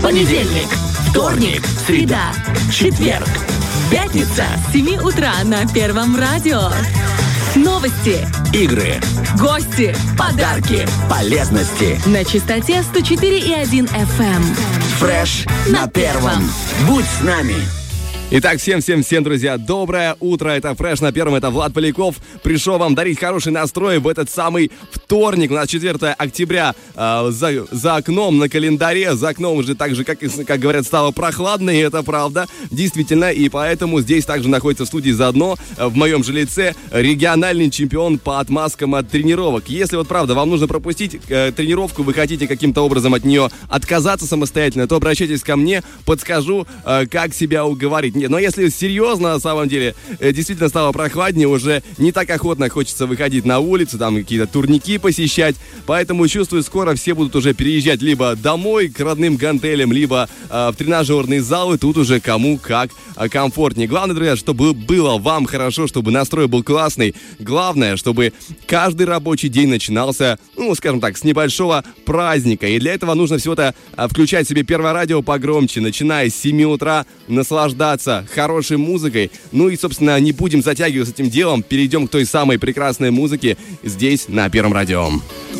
Понедельник, вторник, среда, четверг, пятница. С 7 утра на Первом радио. Новости, Игры, гости, подарки, полезности. на частоте 104,1 FM. Фреш на первом. Будь с нами. Итак, всем, друзья, доброе утро. Это Фреш на первом, это Влад Поляков. Пришел вам дарить хороший настрой в этот самый вторник. У нас 4 октября за окном на календаре. За окном уже так же, как говорят, стало прохладно, и это правда. Действительно, и поэтому здесь также находится в студии заодно в моем же лице региональный чемпион по отмазкам от тренировок. Если вот правда вам нужно пропустить тренировку, вы хотите каким-то образом от нее отказаться самостоятельно, то обращайтесь ко мне, подскажу, как себя уговорить. Нет, но если серьезно, на самом деле, действительно стало прохладнее, уже не так охотно хочется выходить на улицу, там какие-то турники посещать, поэтому чувствую, скоро все будут уже переезжать либо домой к родным гантелям, либо в тренажерные залы, тут уже кому как комфортнее. Главное, друзья, чтобы было вам хорошо, чтобы настрой был классный. Главное, чтобы каждый рабочий день начинался, скажем так, с небольшого праздника. И для этого нужно всего-то включать себе Первое радио погромче, начиная с 7 утра, наслаждаться хорошей музыкой. Ну и, собственно, не будем затягивать с этим делом. Перейдем к той самой прекрасной музыке здесь, на Первом радио.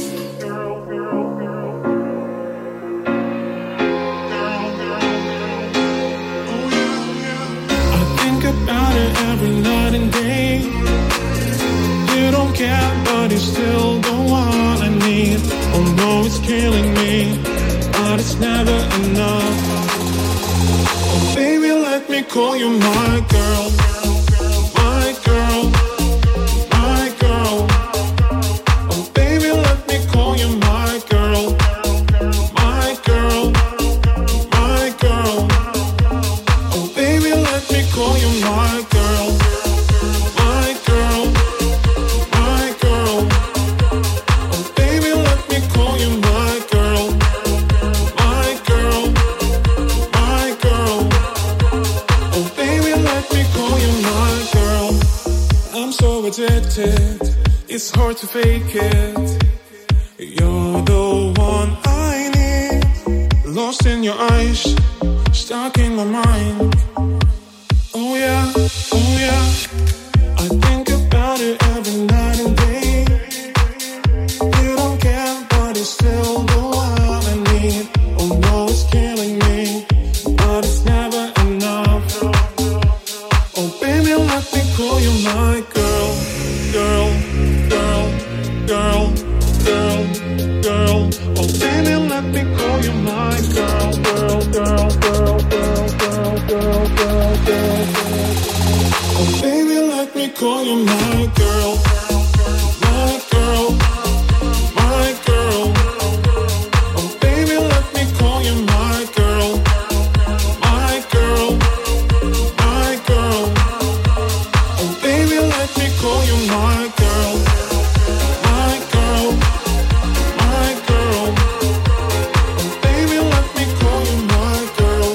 Let me call you my girl, my girl, my girl. Oh baby, let me call you my girl, my girl, my girl. Oh baby, let me call you my girl, my girl, my girl. Oh baby, let me call you my girl, my girl, my girl. Oh baby, let me call you my girl. I'm so addicted, it's hard to fake it. You're the one I need. Lost in your eyes, stuck in my mind. Oh yeah, oh yeah. I think about it every night and day. You don't care, but it's still the one I need. Oh no, it's killing me, but it's never enough. Oh baby, let me call you my girl, girl, girl, girl, girl, girl. Oh baby, let me call you my girl, girl, girl, girl, girl, girl, girl, girl, girl. Oh baby, let me call you my girl, my girl, my girl. Oh baby, let me call you my girl, my girl, my girl. Oh baby, let me call you my girl, my girl, my girl. Oh baby, let me call you my girl,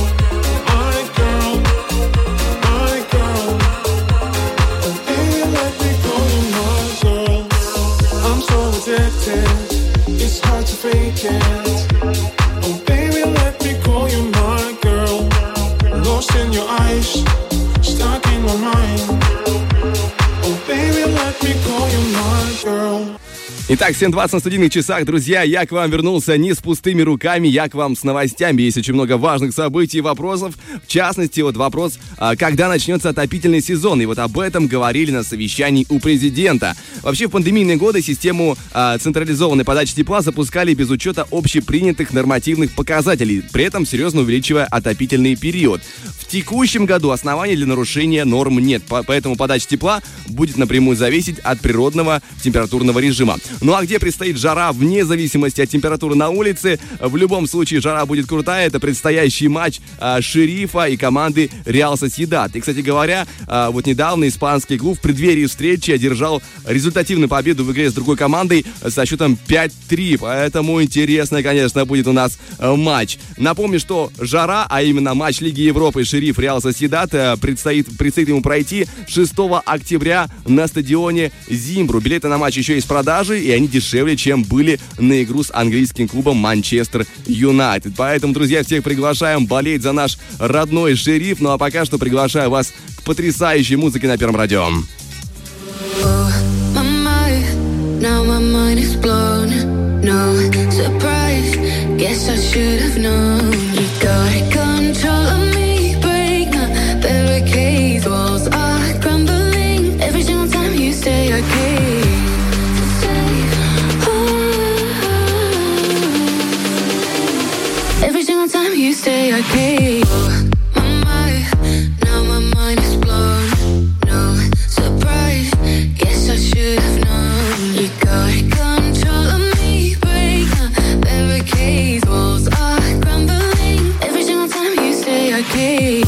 my girl, my girl. Oh baby, let me call you my girl. I'm so addicted, it's hard to fake it. Oh baby, let me call you my girl. Lost in your eyes, stuck in my mind. Oh baby, let me call you my girl. Итак, 7:20 на студийных часах, друзья, я к вам вернулся не с пустыми руками, я к вам с новостями. Есть очень много важных событий и вопросов. В частности, вот вопрос, когда начнется отопительный сезон. И вот об этом говорили на совещании у президента. Вообще, в пандемийные годы систему централизованной подачи тепла запускали без учета общепринятых нормативных показателей, при этом серьезно увеличивая отопительный период. В текущем году оснований для нарушения норм нет, поэтому подача тепла будет напрямую зависеть от природного температурного режима. Ну а где предстоит жара вне зависимости от температуры на улице? В любом случае жара будет крутая. Это предстоящий матч Шерифа и команды Реал Сосьедад. И, кстати говоря, вот недавно испанский клуб в преддверии встречи одержал результативную победу в игре с другой командой со счетом 5-3. Поэтому интересно, конечно, будет у нас матч. Напомню, что жара, а именно матч Лиги Европы Шериф Реал Сосьедад предстоит ему пройти 6 октября на стадионе Зимбру. Билеты на матч еще есть в продаже, и и они дешевле, чем были на игру с английским клубом Манчестер Юнайтед. Поэтому, друзья, всех приглашаем болеть за наш родной Шериф. Ну а пока что приглашаю вас к потрясающей музыке на Первом радио. Now my mind is blown. No surprise. Guess I should have known. You got control of me. Break my barricades. Walls are crumbling. Every single time you say I can't. Every single time you say I can't. Now my mind is blown. No surprise. Guess I should have known. You got control of me. Break my barricades. Walls are crumbling. Every single time you say I can't.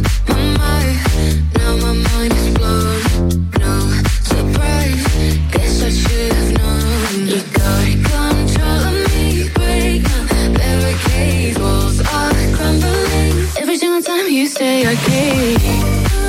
Now my mind is blown. No surprise. Guess I should have known. You got control of me. Break my barricades. Walls are crumbling. Every single time you say I can't.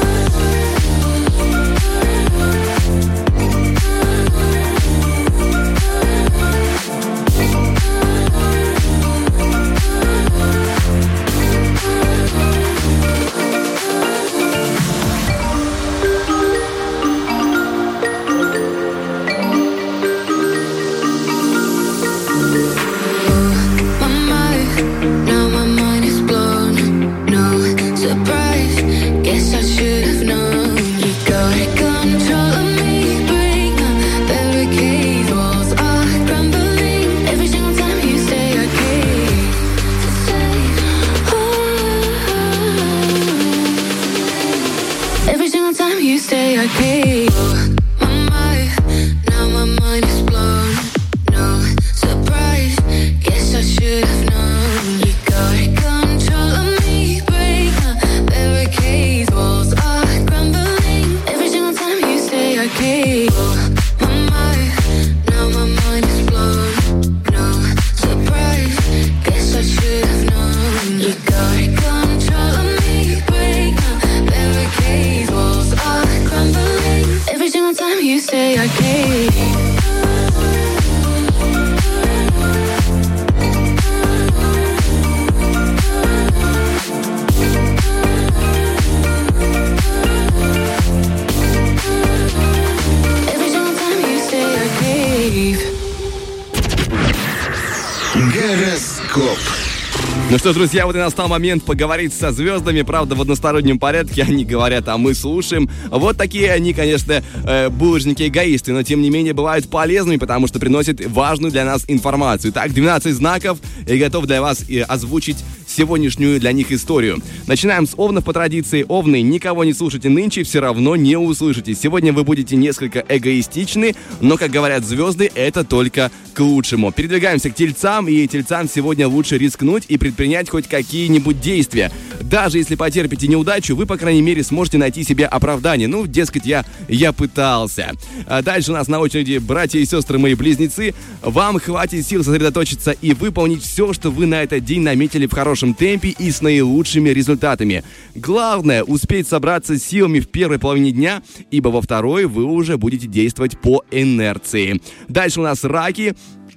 Ну что ж, друзья, вот и настал момент поговорить со звездами. Правда, в одностороннем порядке они говорят, а мы слушаем. Вот такие они, конечно, булочники-эгоисты, но тем не менее бывают полезными, потому что приносят важную для нас информацию. Так, 12 знаков, и готов для вас озвучить сегодняшнюю для них историю. Начинаем с овнов по традиции. Овны, никого не слушайте нынче, все равно не услышите. Сегодня вы будете несколько эгоистичны, но, как говорят звезды, это только к лучшему. Передвигаемся к тельцам, и тельцам сегодня лучше рискнуть и предпринять хоть какие-нибудь действия. Даже если потерпите неудачу, вы, по крайней мере, сможете найти себе оправдание. Ну, дескать, я пытался. А дальше у нас на очереди братья и сестры мои близнецы. Вам хватит сил сосредоточиться и выполнить все, что вы на этот день наметили в хорошем темпе и с наилучшими результатами. Главное, успеть собраться с силами в первой половине дня, ибо во второй вы уже будете действовать по инерции. Дальше у нас раки.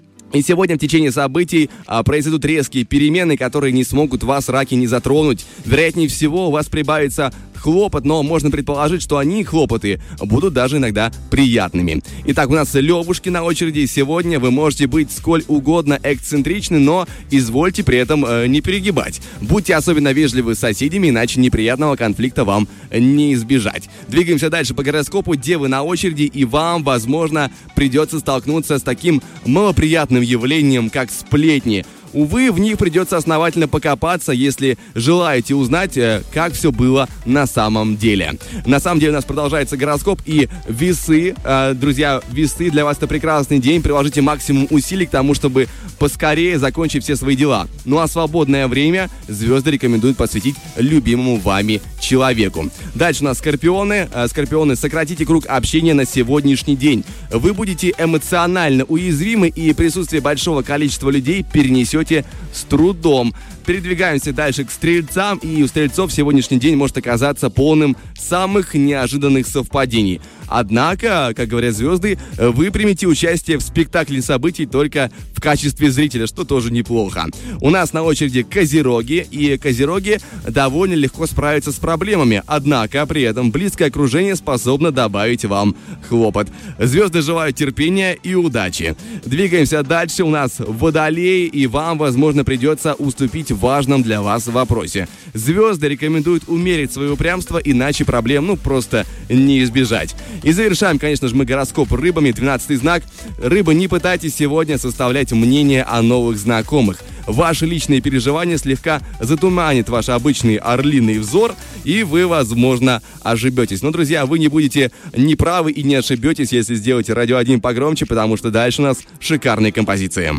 И сегодня в течение событий произойдут резкие перемены, которые не смогут вас, раки, не затронуть. Вероятнее всего, у вас прибавится хлопот, но можно предположить, что они, хлопоты, будут даже иногда приятными. Итак, у нас левушки на очереди. Сегодня вы можете быть сколь угодно эксцентричны, но извольте при этом не перегибать. Будьте особенно вежливы с соседями, иначе неприятного конфликта вам не избежать. Двигаемся дальше по гороскопу. Девы на очереди, и вам, возможно, придется столкнуться с таким малоприятным явлением, как сплетни. Увы, в них придется основательно покопаться, если желаете узнать, как все было на самом деле. На самом деле у нас продолжается гороскоп и весы. Друзья, весы, для вас это прекрасный день. Приложите максимум усилий к тому, чтобы поскорее закончить все свои дела. Ну а свободное время звезды рекомендуют посвятить любимому вами человеку. Дальше у нас скорпионы. Скорпионы, сократите круг общения на сегодняшний день. Вы будете эмоционально уязвимы, и присутствие большого количества людей перенесете с трудом. передвигаемся дальше к стрельцам, и у стрельцов сегодняшний день может оказаться полным самых неожиданных совпадений. Однако, как говорят звезды, вы примете участие в спектакле событий только в качестве зрителя, что тоже неплохо. У нас на очереди козероги, и козероги довольно легко справятся с проблемами, однако при этом близкое окружение способно добавить вам хлопот. Звезды желают терпения и удачи. Двигаемся дальше. У нас водолеи, и вам, возможно, придется уступить в важном для вас вопросе. Звезды рекомендуют умерить свое упрямство, иначе проблем, просто не избежать. И завершаем, конечно же, мы гороскоп рыбами, 12-й знак. Рыбы, не пытайтесь сегодня составлять мнение о новых знакомых. Ваши личные переживания слегка затуманят ваш обычный орлиный взор, и вы, возможно, ошибетесь. Но, друзья, вы не будете неправы и не ошибетесь, если сделаете радио 1 погромче, потому что дальше у нас шикарные композиции.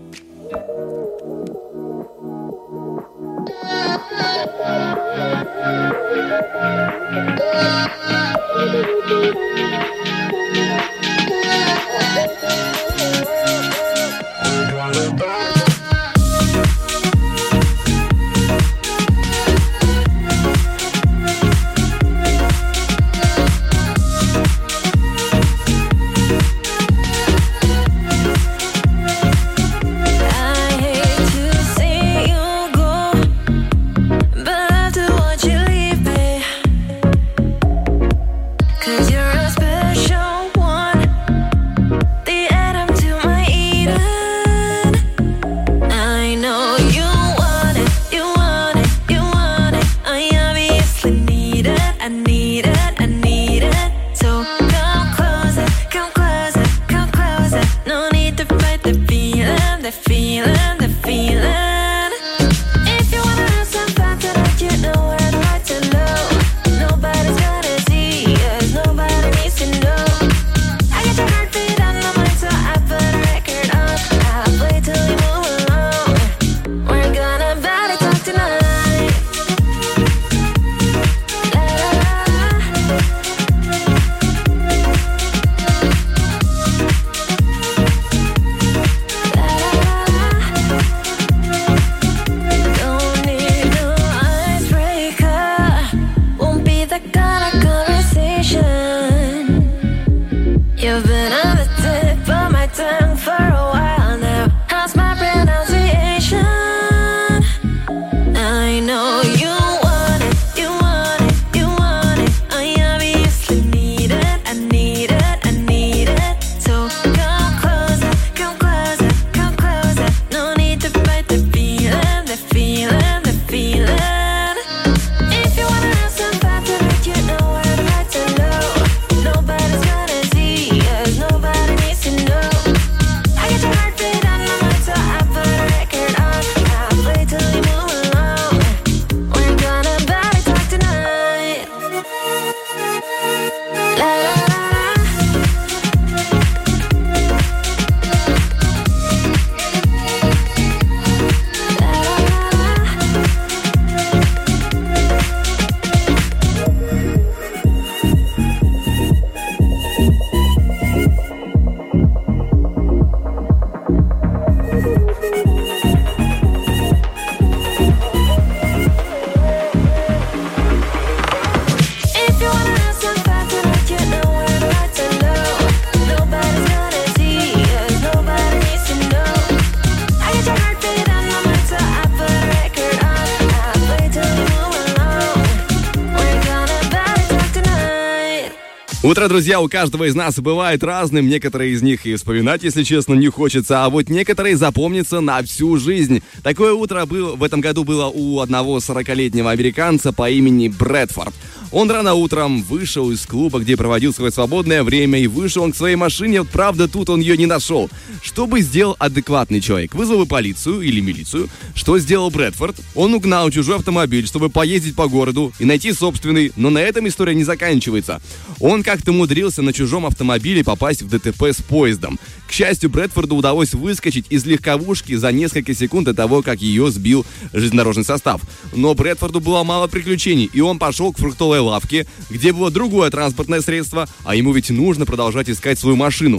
Утро, друзья, у каждого из нас бывает разным. Некоторые из них и вспоминать, если честно, не хочется, а вот некоторые запомнятся на всю жизнь. Такое утро в этом году было у одного 40-летнего американца по имени Брэдфорд. Он рано утром вышел из клуба, где проводил свое свободное время, и вышел он к своей машине. Правда, тут он ее не нашел. Что бы сделал адекватный человек? Вызвал бы полицию или милицию. Что сделал Брэдфорд? Он угнал чужой автомобиль, чтобы поездить по городу и найти собственный. Но на этом история не заканчивается. Он как-то умудрился на чужом автомобиле попасть в ДТП с поездом. К счастью, Брэдфорду удалось выскочить из легковушки за несколько секунд до того, как ее сбил железнодорожный состав. Но Брэдфорду было мало приключений, и он пошел к фруктовой лавке, где было другое транспортное средство, а ему ведь нужно продолжать искать свою машину.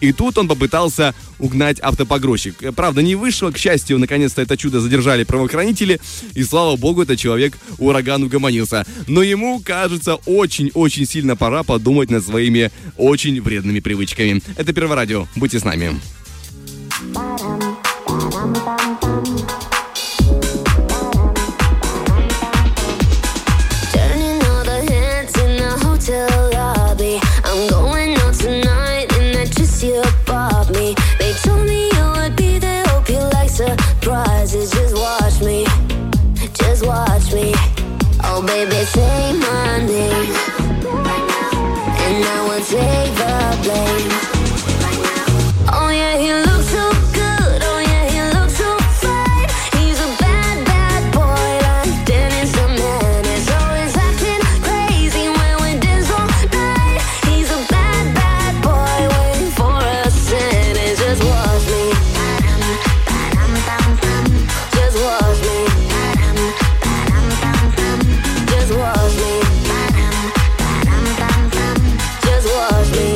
И тут он попытался угнать автопогрузчик. Правда, не вышло. К счастью, наконец-то это чудо задержали правоохранители. И, слава богу, этот человек ураган угомонился. Но ему, кажется, очень-очень сильно пора подумать над своими очень вредными привычками. Это Первое радио. Будьте с нами. Baby, say my name, and I will take the blame. Oh yeah, he looks so good. Oh yeah, he looks so fine. He's a bad, bad boy like Dennis the Menace. Always acting crazy when we dance all night. He's a bad, bad boy waiting for a sentence. Just watch me. Just watch me. Just watch me. Just watch me.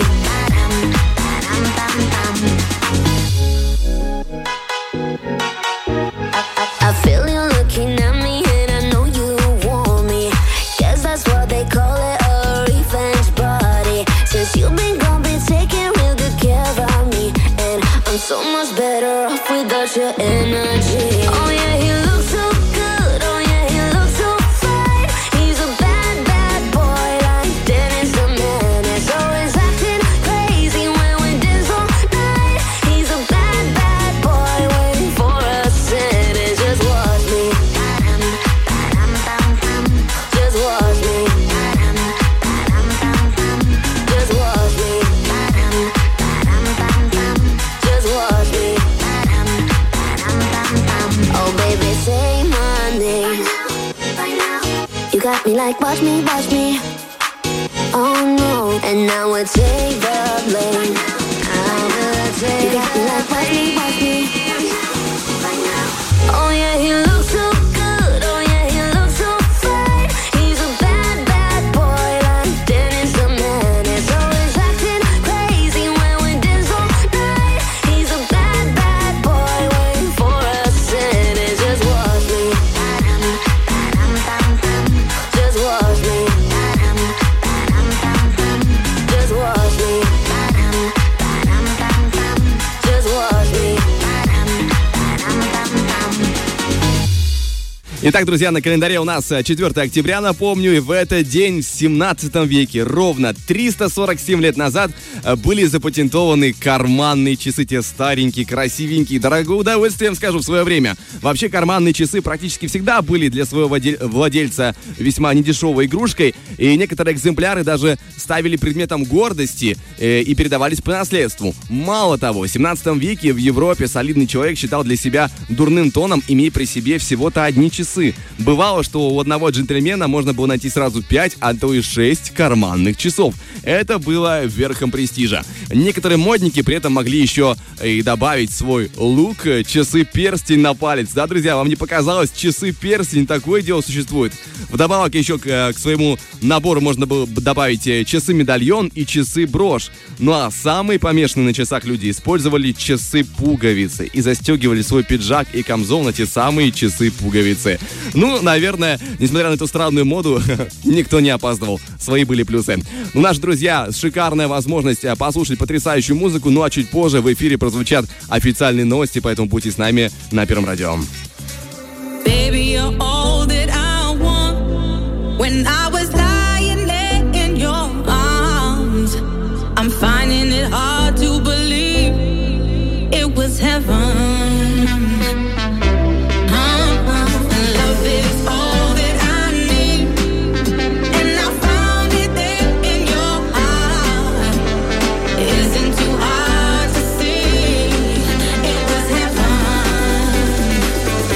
I feel you looking at me and I know you want me. Guess that's what they call it, a revenge party. Since you've been gone, been taking real good care of me, and I'm so much better off without your energy. Oh yeah, he looks so good. Oh yeah, he looks so fine. He's a bad, bad boy like Dennis the Menace. Always acting crazy when we dance all night. He's a bad, bad boy waiting for a sentence. Just watch me. Just watch me. Just watch me. Just watch me. Oh baby, say my name. You got me like watch me, watch me. Oh no, and now I take the blame. I will take. You got me like watch me, watch me. Oh yeah, he looks so good. Oh yeah, he looks so fine. He's a bad, bad boy like Dennis the Menace. Always acting crazy when we dance all night. He's a bad, bad boy waiting for a sentence. Just watch me. Just watch me. Just watch me. Just watch me. Итак, друзья, на календаре у нас 4 октября, напомню, и в этот день, в 17 веке, ровно 347 лет назад, были запатентованы карманные часы, те старенькие, красивенькие, дорогое удовольствие, скажу, в свое время. Вообще, карманные часы практически всегда были для своего владельца весьма недешевой игрушкой, и некоторые экземпляры даже ставили предметом гордости и передавались по наследству. Мало того, в 17 веке в Европе солидный человек считал для себя дурным тоном иметь при себе всего-то одни часы. Бывало, что у одного джентльмена можно было найти сразу 5, а то и 6 карманных часов. Это было верхом престижа. Некоторые модники при этом могли еще и добавить в свой лук часы-перстень на палец. Да, друзья, вам не показалось? Часы-перстень, такое дело существует. Вдобавок еще к своему набору можно было добавить часы-медальон и часы-брошь. Ну а самые помешанные на часах люди использовали часы-пуговицы и застегивали свой пиджак и камзол на те самые часы-пуговицы. Ну, наверное, несмотря на эту странную моду, никто не опаздывал. Свои были плюсы. Ну, наши друзья, шикарная возможность послушать потрясающую музыку. Ну, а чуть позже в эфире прозвучат официальные новости, поэтому будьте с нами на Первом радио. Baby, you're all that I want. When I was lying there in your arms, I'm finding it hard to believe it was heaven. Love is all that I need, and I found it there in your heart. It isn't too hard to see. It was heaven.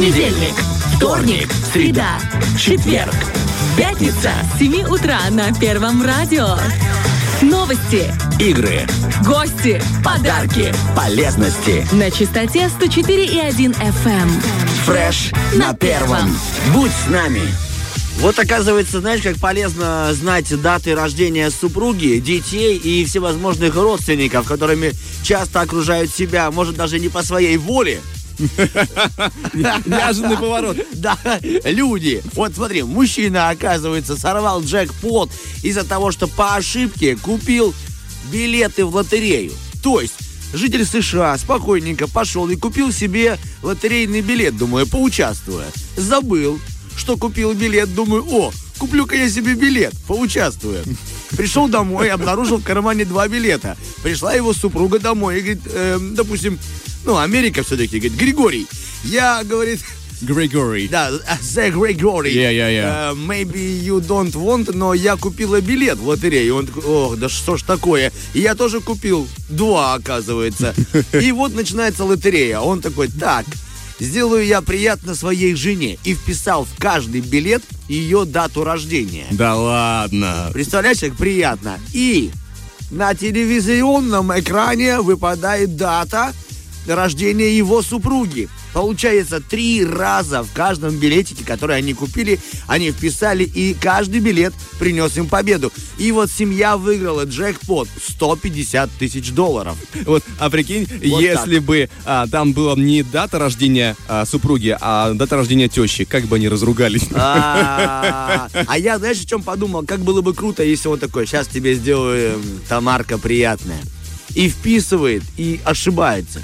Понедельник, вторник, среда, четверг, пятница, С 7 утра на Первом радио. Новости, игры, гости, подарки, полезности. на частоте 104,1 FM. Фреш на первом. Будь с нами. Вот оказывается, знаешь, как полезно знать даты рождения супруги, детей и всевозможных родственников, которыми часто окружают себя, может, даже не по своей воле. Неожиданный поворот. Да, люди. Вот смотри, мужчина, оказывается, сорвал джекпот из-за того, что по ошибке купил билеты в лотерею. То есть житель США спокойненько пошел и купил себе лотерейный билет, думаю, поучаствуя. Забыл, что купил билет, думаю, куплю-ка я себе билет, поучаствуя. Пришел домой, обнаружил в кармане 2 билета. Пришла его супруга домой и говорит, допустим, Америка все-таки, говорит, Григорий, я, говорит... Григорий. Да, the Григорий. Yeah. Maybe you don't want, но я купила билет в лотерею. Он такой, да что ж такое? И я тоже купил 2, оказывается. И вот начинается лотерея. Он такой, так, сделаю я приятно своей жене. И вписал в каждый билет ее дату рождения. Да ладно. Представляешь, как приятно. И на телевизионном экране выпадает дата рождения его супруги. Получается, 3 раза в каждом билетике, который они купили, они вписали, и каждый билет принес им победу. И вот семья выиграла джекпот $150 тысяч. Вот, а прикинь, Вот если бы там была не дата рождения супруги, а дата рождения тещи, как бы они разругались. А я, знаешь, о чем подумал? Как было бы круто, если он такой, сейчас тебе сделаю, Тамарка, приятная. И вписывает, и ошибается.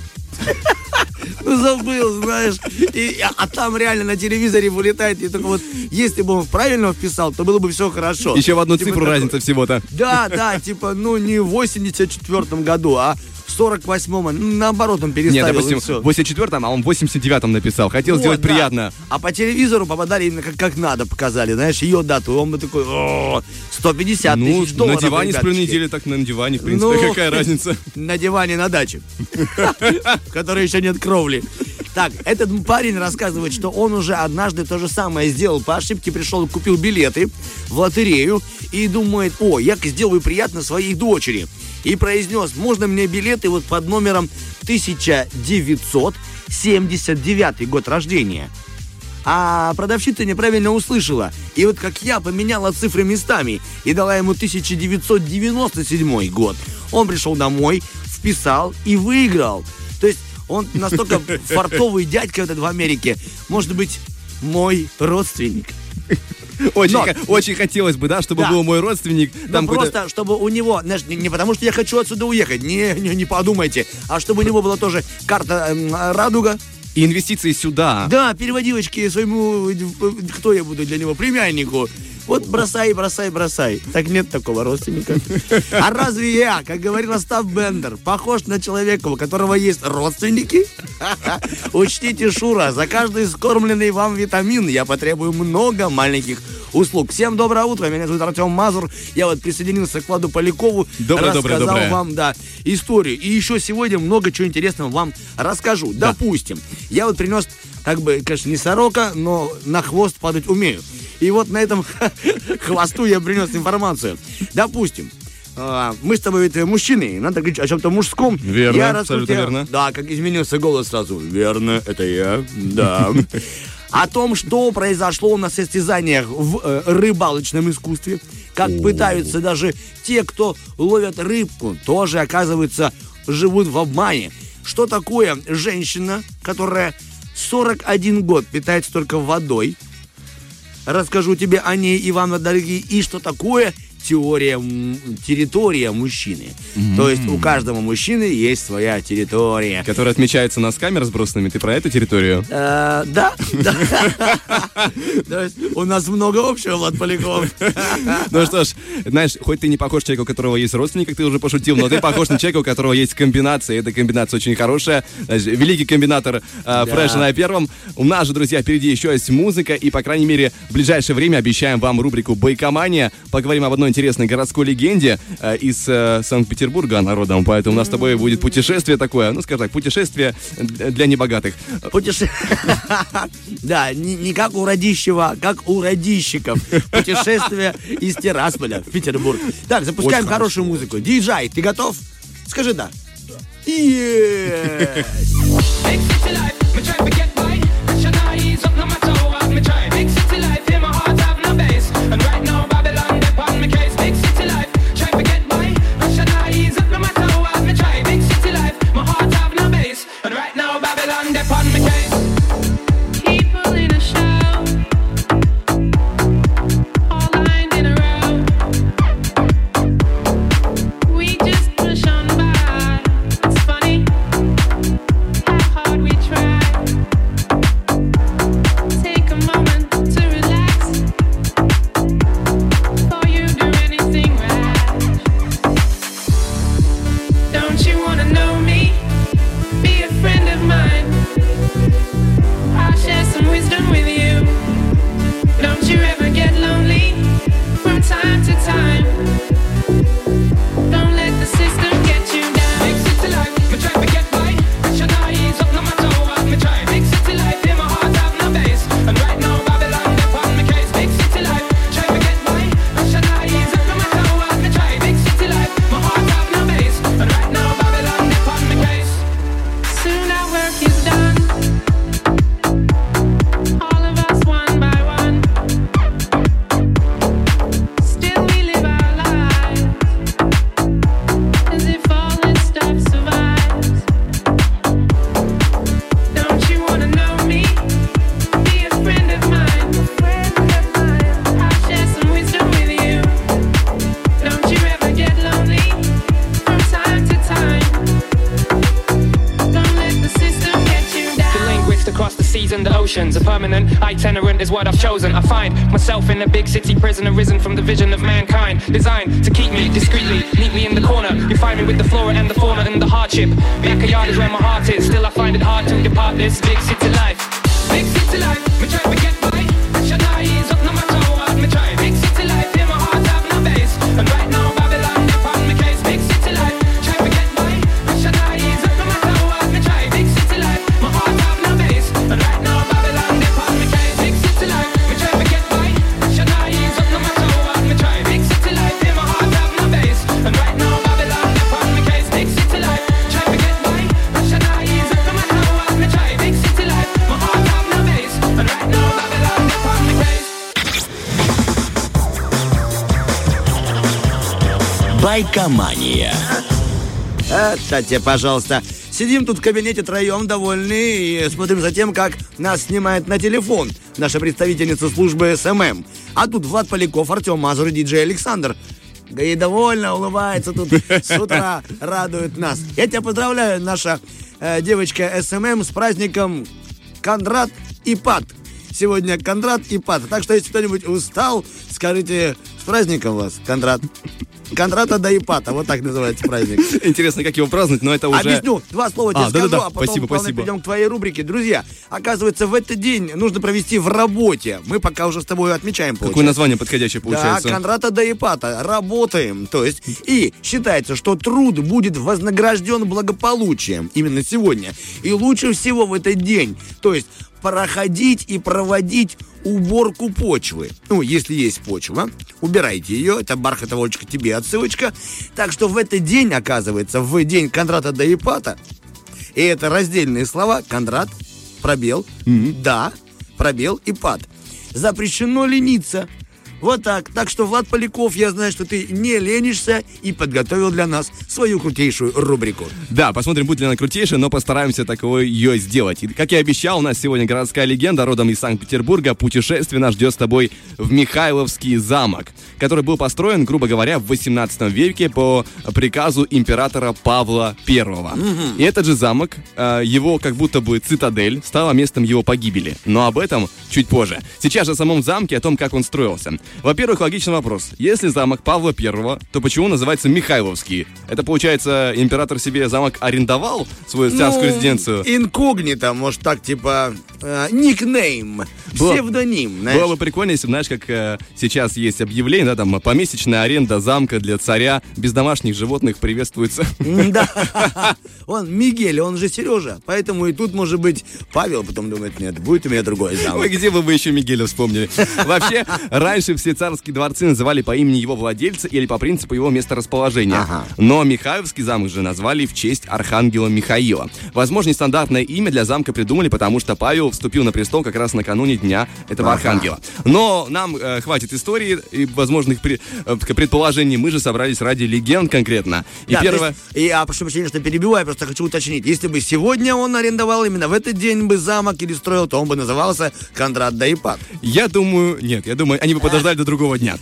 Забыл, знаешь. А там реально на телевизоре вылетает. И только вот, если бы он правильно вписал, то было бы все хорошо. Еще в одну Типа цифру такой, разница всего-то. Да, типа, не в 84-м году, а в 48-м. Наоборот, он переставил. Нет, допустим, и все. в 84-м, а он в 89-м написал. Хотел Вот, сделать да. приятно. А по телевизору попадали именно как надо, показали, знаешь, ее дату. И он бы такой, $150 тысяч. На диване ребяточки. сплю неделю, так на диване, в принципе, какая разница. На диване на даче, в которой еще нет кровли. Так, этот парень рассказывает, что он уже однажды то же самое сделал. По ошибке пришел, купил билеты в лотерею и думает, я сделаю приятно своей дочери. И произнес, можно мне билеты вот под номером 1979 год рождения. А продавщица неправильно услышала. И вот как я поменяла цифры местами и дала ему 1997 год. Он пришел домой, вписал и выиграл. То есть он настолько фартовый дядька этот в Америке. Может быть, мой родственник. Очень хотелось бы, да, чтобы Да. был мой родственник. Там Просто, чтобы у него, знаешь, не потому что я хочу отсюда уехать, не подумайте, а чтобы у него была тоже карта радуга. и инвестиции сюда. Да, переводилочки своему, кто я буду для него, племяннику. Вот бросай. Так нет такого родственника. А разве я, как говорил Остап Бендер, похож на человека, у которого есть родственники? Учтите, Шура, за каждый скормленный вам витамин я потребую много маленьких услуг. Всем доброе утро, меня зовут Артем Мазур. Я вот присоединился к Владу Полякову. Рассказал вам, историю. И еще сегодня много чего интересного вам расскажу. Да. Допустим, я вот принес, как бы, конечно, не сорока, но на хвост падать умею. И вот на этом хвосту я принес информацию. Допустим, мы с тобой ведь мужчины, надо говорить о чем-то мужском. Верно, Я абсолютно верно. Да, как изменился голос сразу. Верно, это я, да. О том, что произошло на состязаниях в рыбалочном искусстве, как пытаются даже те, кто ловят рыбку, тоже, оказывается, живут в обмане. Что такое женщина, которая 41 год питается только водой? Расскажу тебе о ней, Иван, дорогие, и что такое территория мужчины. То есть у каждого мужчины есть своя территория. Которая отмечается на камер разбросанными. Ты про эту территорию? Да. То есть у нас много общего, Влад Поляков. Ну что ж, знаешь, хоть ты не похож на человека, у которого есть родственник, как ты уже пошутил, но ты похож на человека, у которого есть комбинация. И эта комбинация очень хорошая. Значит, великий комбинатор Фреша на первом. У нас же, друзья, впереди еще есть музыка. И, по крайней мере, в ближайшее время обещаем вам рубрику «Бойкомания». Поговорим об одной интересной интересной городской легенде из Санкт-Петербурга народом. Поэтому у нас с тобой будет путешествие такое, ну, скажем так, путешествие для небогатых. Да, не как у Радищева, а как у радищиков. Путешествие из Тирасполя в Петербург. Так, запускаем хорошую музыку. Диджей, ты готов? Скажи да. Yes. A permanent itinerant is what I've chosen. I find myself in a big city prison, arisen from the vision of mankind, designed to keep me discreetly, neatly in the corner. You find me with the flora and the fauna and the hardship. Backyard is where my heart is. Still I find it hard to depart this big city life. Big city life, me try to get by. Should I ease up no matter what me try. Big city life, in my heart have no base. And right now Babylon upon me case. Big city life, try to get by. Should I ease up no matter what me try. Big city life, my heart have no base. And right now Байкомания. Это тебе, пожалуйста. Сидим тут в кабинете троем довольны и смотрим за тем, как нас снимает на телефон наша представительница службы СММ. А тут Влад Поляков, Артем Мазур и диджей Александр. И довольно улыбается тут с утра, радует нас. Я тебя поздравляю, наша девочка СММ, с праздником Кондрат и Пат. Сегодня Кондрат и Пат. Так что, если кто-нибудь устал, скажите, с праздником вас, Кондрат. Кондрата да Ипата, вот так называется праздник. Интересно, как его праздновать, но это уже... Объясню, два слова тебе скажу, да. А потом Спасибо. перейдем к твоей рубрике. Друзья, оказывается, в этот день нужно провести в работе. Мы пока уже с тобой отмечаем. Какое название подходящее получается? Да, Кондрата да Ипата. Работаем. То есть, и считается, что труд будет вознагражден благополучием именно сегодня. И лучше всего в этот день. То есть, проходить и проводить уборку почвы. Ну, если есть почва, убирайте ее. Это бархатовочка тебе отсылочка. Так что в этот день, оказывается, в день Кондрата да Ипата, и это раздельные слова: Кондрат, пробел, да, пробел, Ипат. Запрещено лениться. Вот так. Так что, Влад Поляков, я знаю, что ты не ленишься и подготовил для нас свою крутейшую рубрику. Да, посмотрим, будет ли она крутейшая, но постараемся такое ее сделать. И, как я обещал, у нас сегодня городская легенда, родом из Санкт-Петербурга. Путешествие нас ждет с тобой в Михайловский замок, который был построен, грубо говоря, в 18 веке по приказу императора Павла I. И этот же замок, его как будто бы цитадель, стала местом его погибели. Но об этом чуть позже. Сейчас же о самом замке, о том, как он строился. Во-первых, логичный вопрос. Если замок Павла I, то почему называется Михайловский? Это, получается, император себе замок арендовал, свою царскую резиденцию? Инкогнито, может так, типа, никнейм, псевдоним, знаешь. Было бы прикольно, если, знаешь, как сейчас есть объявление, да, там, помесячная аренда замка для царя без домашних животных приветствуется. Да. Он Мигель, он же Сережа. Поэтому и тут, может быть, Павел потом думает, нет, будет у меня другой замок. Ой, где бы вы еще Мигеля вспомнили? Вообще, раньше все царские дворцы называли по имени его владельца или по принципу его месторасположения. Ага. Но Михайловский замок же назвали в честь архангела Михаила. Возможно, нестандартное имя для замка придумали, потому что Павел вступил на престол как раз накануне дня этого архангела. Но нам хватит истории и возможных предположений. Мы же собрались ради легенд конкретно. И да, первое... Я прошу прощения, что перебиваю, просто хочу уточнить. Если бы сегодня он арендовал именно в этот день бы замок или строил, то он бы назывался Кондрат да Ипат. Я думаю, они бы подождали до другого дня.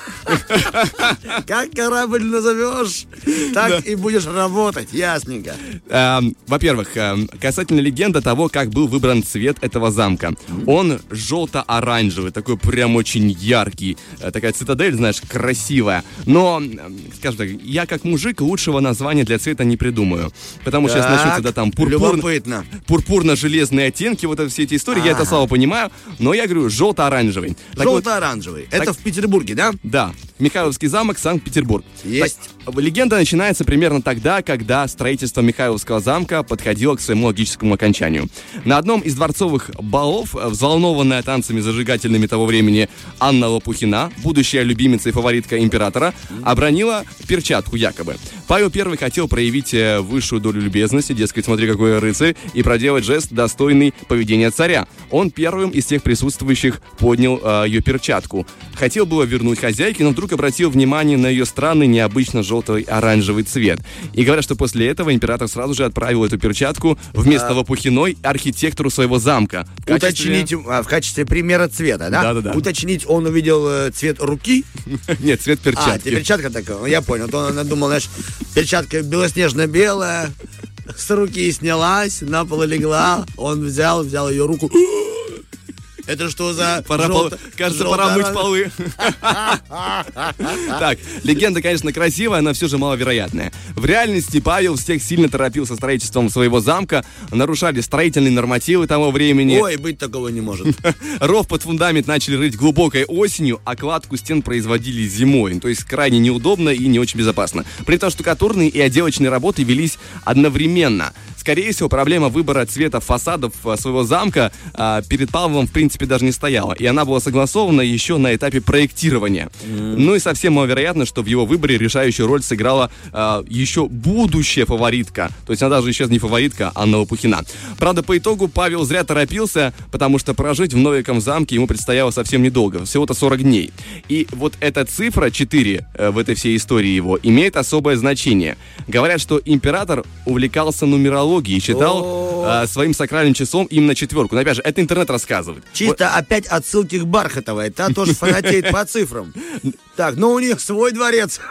Как корабль назовешь, так и будешь работать, ясненько. Во-первых, касательно легенды того, как был выбран цвет этого замка. Он желто-оранжевый, такой прям очень яркий. Такая цитадель, знаешь, красивая. Но, скажем так, я как мужик лучшего названия для цвета не придумаю. Потому что сейчас начнутся, да, там, пурпурно-железные оттенки, вот все эти истории, я это слабо понимаю, но я говорю, желто-оранжевый. Желто-оранжевый. Это в Петербурге, да? Да. Михайловский замок, Санкт-Петербург. Есть. Легенда начинается примерно тогда, когда строительство Михайловского замка подходило к своему логическому окончанию. На одном из дворцовых балов, взволнованная танцами зажигательными того времени, Анна Лопухина, будущая любимица и фаворитка императора, обронила перчатку якобы. Павел I хотел проявить высшую долю любезности, дескать, смотри, какой я рыцарь, и проделать жест, достойный поведения царя. Он первым из всех присутствующих поднял ее перчатку. Хотел было вернуть хозяйке, но вдруг обратил внимание на ее странный, необычно желтый оранжевый цвет. И говорят, что после этого император сразу же отправил эту перчатку вместо Лопухиной архитектору своего замка. Уточнить в качестве примера цвета, да? Да. Уточнить, он увидел цвет руки? Нет, цвет перчатки. Перчатка такая, я понял. Он думал, знаешь, перчатка белоснежно-белая, с руки снялась, на пол легла, он взял ее руку. Это что за Кажется, пора мыть полы. Так, легенда, конечно, красивая, но все же маловероятная. В реальности Павел всех сильно торопил со строительством своего замка, нарушали строительные нормативы того времени. Ой, быть такого не может. Ров под фундамент начали рыть глубокой осенью, а кладку стен производили зимой. То есть крайне неудобно и не очень безопасно. При этом штукатурные и отделочные работы велись одновременно. Скорее всего, проблема выбора цвета фасадов своего замка перед Павлом, в принципе, даже не стояла. И она была согласована еще на этапе проектирования. Ну и совсем маловероятно, что в его выборе решающую роль сыграла еще будущая фаворитка. То есть она даже сейчас не фаворитка, а Анна Лопухина. Правда, по итогу Павел зря торопился, потому что прожить в новеньком замке ему предстояло совсем недолго, всего-то 40 дней. И вот эта цифра 4 в этой всей истории его имеет особое значение. Говорят, что император увлекался нумерологией и считал своим сакральным числом именно 4. Но опять же, это интернет рассказывает. Чисто опять отсылки к Бархатовой. Та тоже фанатеет по цифрам. Так, ну у них свой дворец.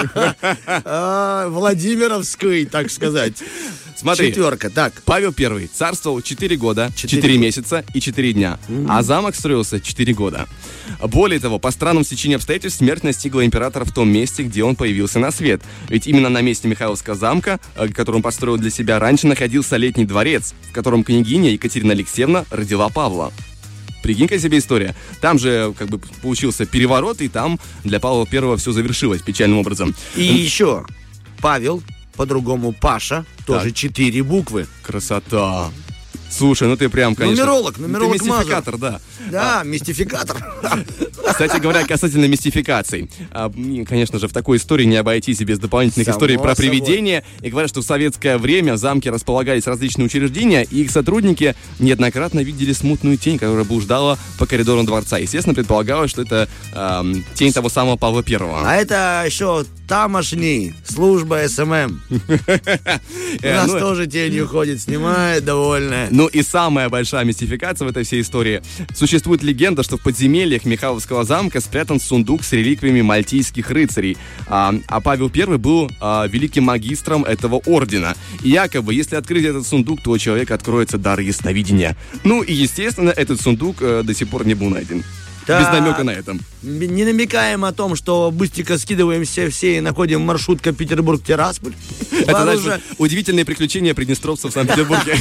Владимировский, так сказать. Смотри, 4, так. Павел I царствовал 4 года, 4 месяца и 4 дня, а замок строился 4 года. Более того, по странному стечению обстоятельств, смерть настигла императора в том месте, где он появился на свет. Ведь именно на месте Михайловского замка, который он построил для себя, раньше находился летний дворец, в котором княгиня Екатерина Алексеевна родила Павла. Прикинь-ка себе история. Там же как бы получился переворот, и там для Павла I все завершилось печальным образом. И еще Павел, по-другому Паша, тоже 4 буквы. Красота. Слушай, ну ты прям, конечно... Нумеролог ты мистификатор, Мазур. да. Да, мистификатор. Кстати говоря, касательно мистификаций. Конечно же, в такой истории не обойтись и без дополнительных историй про привидения. И говорят, что в советское время в замке располагались различные учреждения, и их сотрудники неоднократно видели смутную тень, которая блуждала по коридорам дворца. Естественно, предполагалось, что это тень того самого Павла I. А это еще тамошний служба СММ. У нас тоже тенью ходит, снимает, довольная. Ну и самая большая мистификация в этой всей истории. Существует легенда, что в подземельях Михайловского замка спрятан сундук с реликвиями мальтийских рыцарей. А Павел I был великим магистром этого ордена. И якобы, если открыть этот сундук, то у человека откроется дар ясновидения. Ну и, естественно, этот сундук до сих пор не был найден. Без намека на это. Не намекаем о том, что быстренько скидываемся все и находим маршрутка Петербург-Тирасполь. Это значит удивительные приключения приднестровцев в Санкт-Петербурге.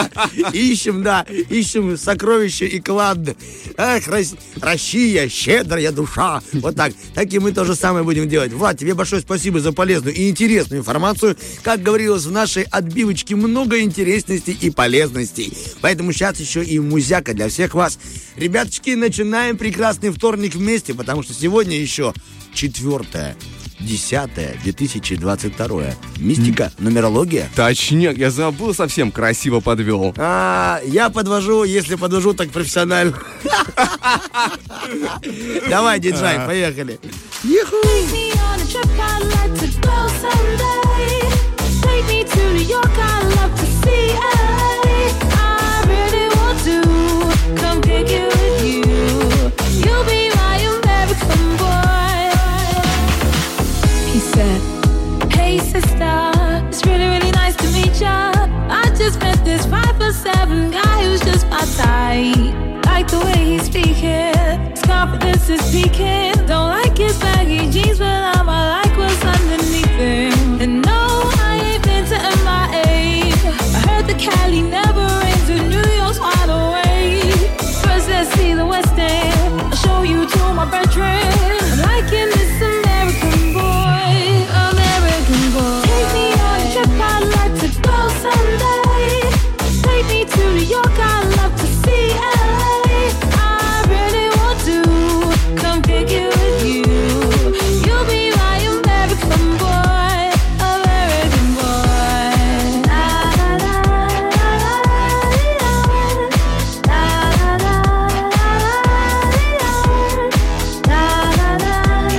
Ищем сокровища и клад. Эх, Россия, щедрая душа. Вот так. Так и мы то же самое будем делать. Влад, тебе большое спасибо за полезную и интересную информацию. Как говорилось в нашей отбивочке, много интересностей и полезностей. Поэтому сейчас еще и музяка для всех вас. Ребяточки, начинаем прекрасный вторник вместе, потому что сегодня еще 4.10.2022. Мистика, нумерология. Точняк, я забыл совсем, красиво подвел. Я подвожу, если подвожу, так профессионально. Давай, диджей, поехали. Hey sister, it's really nice to meet ya. I just met this 5'7" guy who's just my type. Like the way he's speaking, his confidence is peaking. Don't like his baggy jeans, but I'ma like what's underneath him. And no, I ain't been to MIA. I heard the Cali never rains and New York's wide awake. First let's see the West End, I'll show you to my bedroom. I'm liking this American boy. Take me on a trip, I'd like to go someday. Take me to New York, I'd love to see LA. I really want to come kick it with you. You'll be my American boy, American boy. La la la la la la la la la.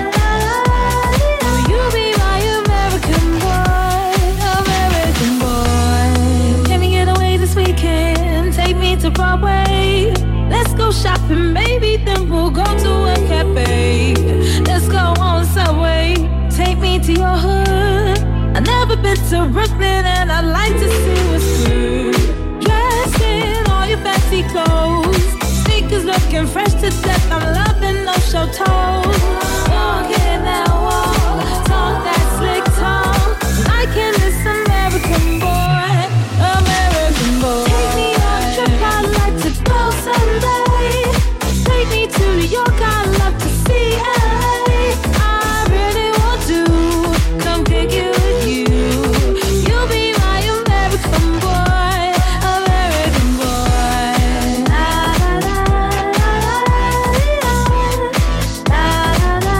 You'll be my American boy, American boy. Can we get away this weekend? Take me to Broadway. Let's go shopping, maybe then we'll go to a cafe. Let's go on Subway. Take me to your hood. I've never been to Brooklyn and I'd like to see what's good. Dressed in all your fancy clothes, sneakers looking fresh to death. I'm loving those show toes. Walking that walk, talk that slick talk. Liking this American boy, American boy. Take me on a trip, I'd like to go someday. Take me to New York, I'd love to see LA. I really want to come kick it with you. You'll be my American boy, American boy. La la la la la la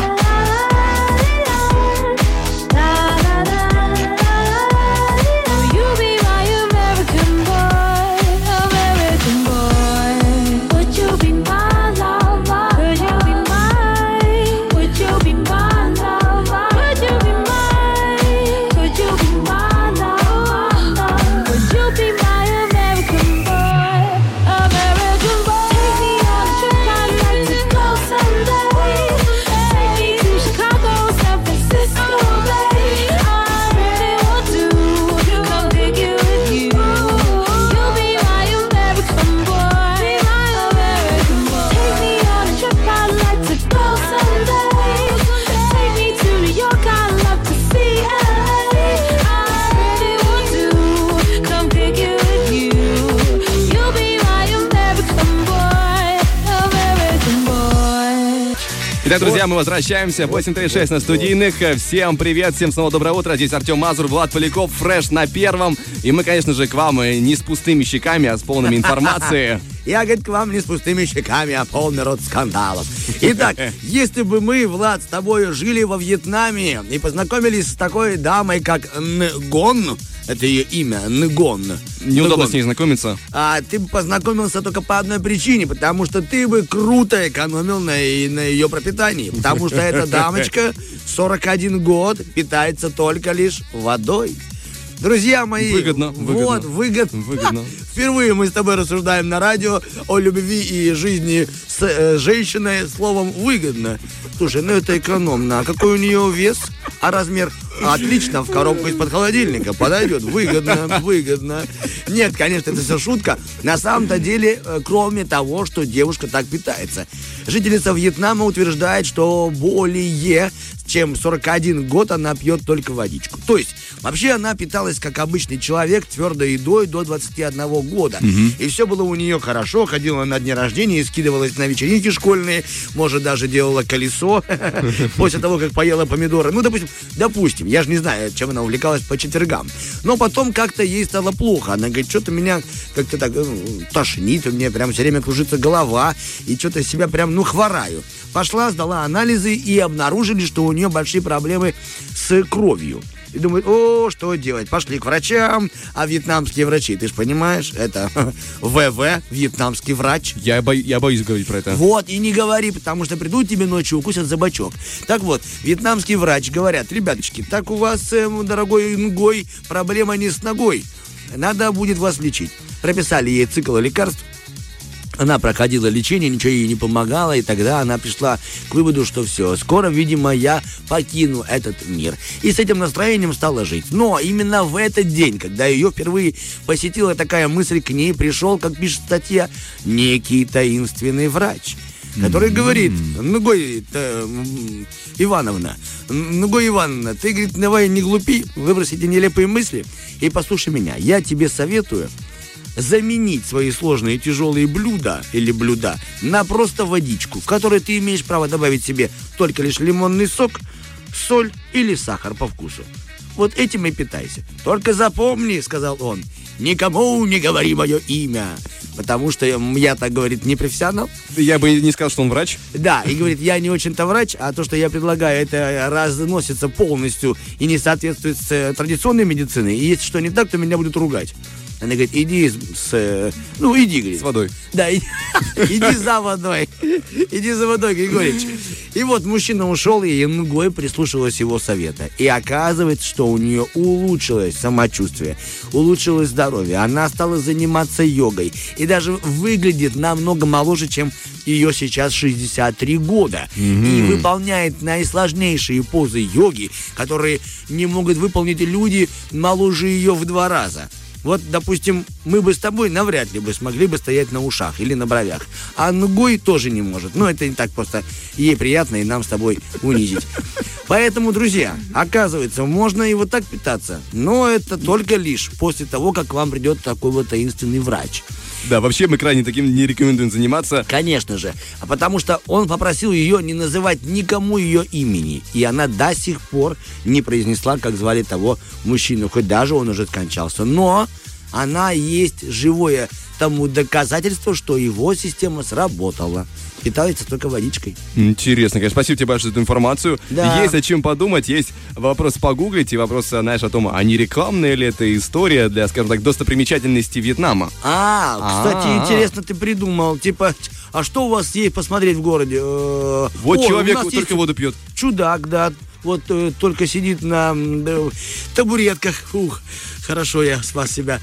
la la la. You'll be my American boy, American boy. Would you be my lover? Could you be mine? Would you be my lover? Could you be mine? Could you be my lover? Would you be my American boy, American boy? Take me on a trip, I'd like to go someday. Take me to Chicago, San Francisco, Bay. I really want to come kick it with you. You'll be my American boy, my American boy. Take me on a trip, I'd like to go someday. Take me to New York, I'd love to see LA. I really want to come kick it with you. You'll be my American boy, American boy. Итак, друзья, мы возвращаемся. 8:36 на студийных. Всем привет, всем снова доброе утро. Здесь Артем Мазур, Влад Поляков, Фреш на первом. И мы, конечно же, к вам не с пустыми щеками, а с полными информации. Я, говорит, к вам не с пустыми щеками, а полный рот скандалов. Итак, если бы мы, Влад, с тобой жили во Вьетнаме и познакомились с такой дамой, как Нгон, это ее имя, Нгон. Неудобно с ней знакомиться. Ты бы познакомился только по одной причине, потому что ты бы круто экономил на ее пропитании. Потому что эта дамочка 41 год питается только лишь водой. Друзья мои, выгодно. Впервые мы с тобой рассуждаем на радио о любви и жизни с женщиной словом «выгодно». Слушай, ну это экономно. А какой у нее вес? А размер? Отлично, в коробку из-под холодильника подойдет. Выгодно, выгодно. Нет, конечно, это все шутка. На самом-то деле, кроме того, что девушка так питается. Жительница Вьетнама утверждает, что более чем 41 год она пьет только водичку. То есть, вообще она питалась как обычный человек твердой едой до 21 года. И все было у нее хорошо. Ходила на дни рождения и скидывалась на вечеринки школьные. Может, даже делала колесо после того, как поела помидоры. Ну, допустим, я же не знаю, чем она увлекалась по четвергам. Но потом как-то ей стало плохо. Она говорит, что-то меня как-то так тошнит, у меня прям все время кружится голова, и что-то себя прям, хвораю. Пошла, сдала анализы и обнаружили, что у нее большие проблемы с кровью. И думают, что делать? Пошли к врачам, а вьетнамские врачи, ты же понимаешь, это ВВ, вьетнамский врач. Я боюсь говорить про это. Вот, и не говори, потому что придут тебе ночью, укусят за бочок. Так вот, вьетнамский врач говорят, ребяточки, так у вас, дорогой Нгой, проблема не с ногой. Надо будет вас лечить. Прописали ей цикл лекарств. Она проходила лечение, ничего ей не помогало, и тогда она пришла к выводу, что все, скоро, видимо, я покину этот мир. И с этим настроением стала жить. Но именно в этот день, когда ее впервые посетила такая мысль, к ней пришел, как пишет статья, некий таинственный врач, который говорит, Нгой Ивановна, ты, говорит, давай не глупи, выброси эти нелепые мысли и послушай меня. Я тебе советую заменить свои сложные и тяжелые блюда или блюда на просто водичку, в которой ты имеешь право добавить себе только лишь лимонный сок, соль или сахар по вкусу. Вот этим и питайся. Только запомни, сказал он, никому не говори мое имя, потому что я, так говорит, не профессионал. Я бы не сказал, что он врач. Да, и говорит, я не очень-то врач, а то, что я предлагаю, это разносится полностью и не соответствует с традиционной медициной. И если что не так, то меня будут ругать. Она говорит, иди иди, говорит. С водой. Да, иди за водой. Иди за водой, Григорьевич. И вот мужчина ушел, и Нгой прислушалась его совета. И оказывается, что у нее улучшилось самочувствие, улучшилось здоровье. Она стала заниматься йогой. И даже выглядит намного моложе, чем ее сейчас 63 года. И выполняет наисложнейшие позы йоги, которые не могут выполнить люди моложе ее в 2 раза. Вот, допустим, мы бы с тобой навряд ли бы смогли бы стоять на ушах или на бровях. А Нгой тоже не может. Но это не так просто. Ей приятно, и нам с тобой унизить. Поэтому, друзья, оказывается, можно и вот так питаться. Но это только лишь после того, как к вам придет такой вот таинственный врач. Да, вообще мы крайне таким не рекомендуем заниматься. Конечно же. А потому что он попросил ее не называть никому ее имени. И она до сих пор не произнесла, как звали того мужчину. Хоть даже он уже скончался. Но она есть живое тому доказательство, что его система сработала. Питается только водичкой. Интересно, конечно. Спасибо тебе большое за эту информацию. Да. Есть о чем подумать, есть вопрос погуглить и вопрос, знаешь, о том, а не рекламная ли это история для, скажем так, достопримечательностей Вьетнама. Кстати, интересно ты придумал. Типа, а что у вас есть посмотреть в городе? Вот человек только воду пьет. Чудак, да. Вот только сидит на табуретках. Ух, хорошо, я спас себя.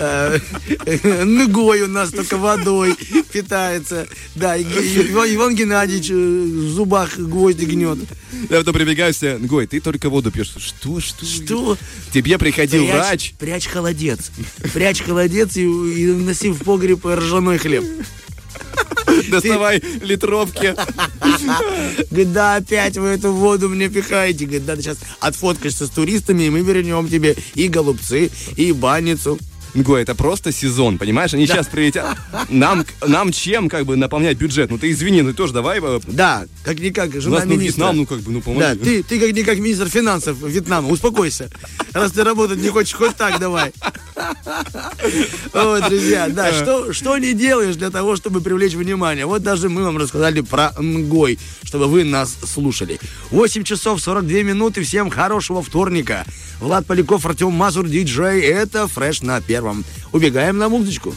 Нгой у нас только водой питается. Да, Иван Геннадьевич в зубах гвозди гнет. Я потом прибегаю все, Нгой, ты только воду пьешь. Что? К тебе приходил врач. Прячь холодец. Прячь холодец и носи в погреб ржаной хлеб. Доставай литровки. Говорит, да, опять вы эту воду мне пихаете. Говорит, да, ты сейчас отфоткаешься с туристами, и мы вернем тебе и голубцы, и банницу. Нгой, это просто сезон, понимаешь? Они сейчас прилетят. Нам чем как бы наполнять бюджет? Ну ты извини, ну тоже давай. Да, как-никак, жена министра. Вьетнам, помоги. Да, ты как-никак министр финансов Вьетнама, успокойся. Раз ты работать не хочешь, хоть так давай. Вот, друзья, да, что не делаешь для того, чтобы привлечь внимание? Вот даже мы вам рассказали про Нгой, чтобы вы нас слушали. 8 часов 42 минуты, всем хорошего вторника. Влад Поляков, Артем Мазур, диджей, это Фреш на Первом. Убегаем на музычку.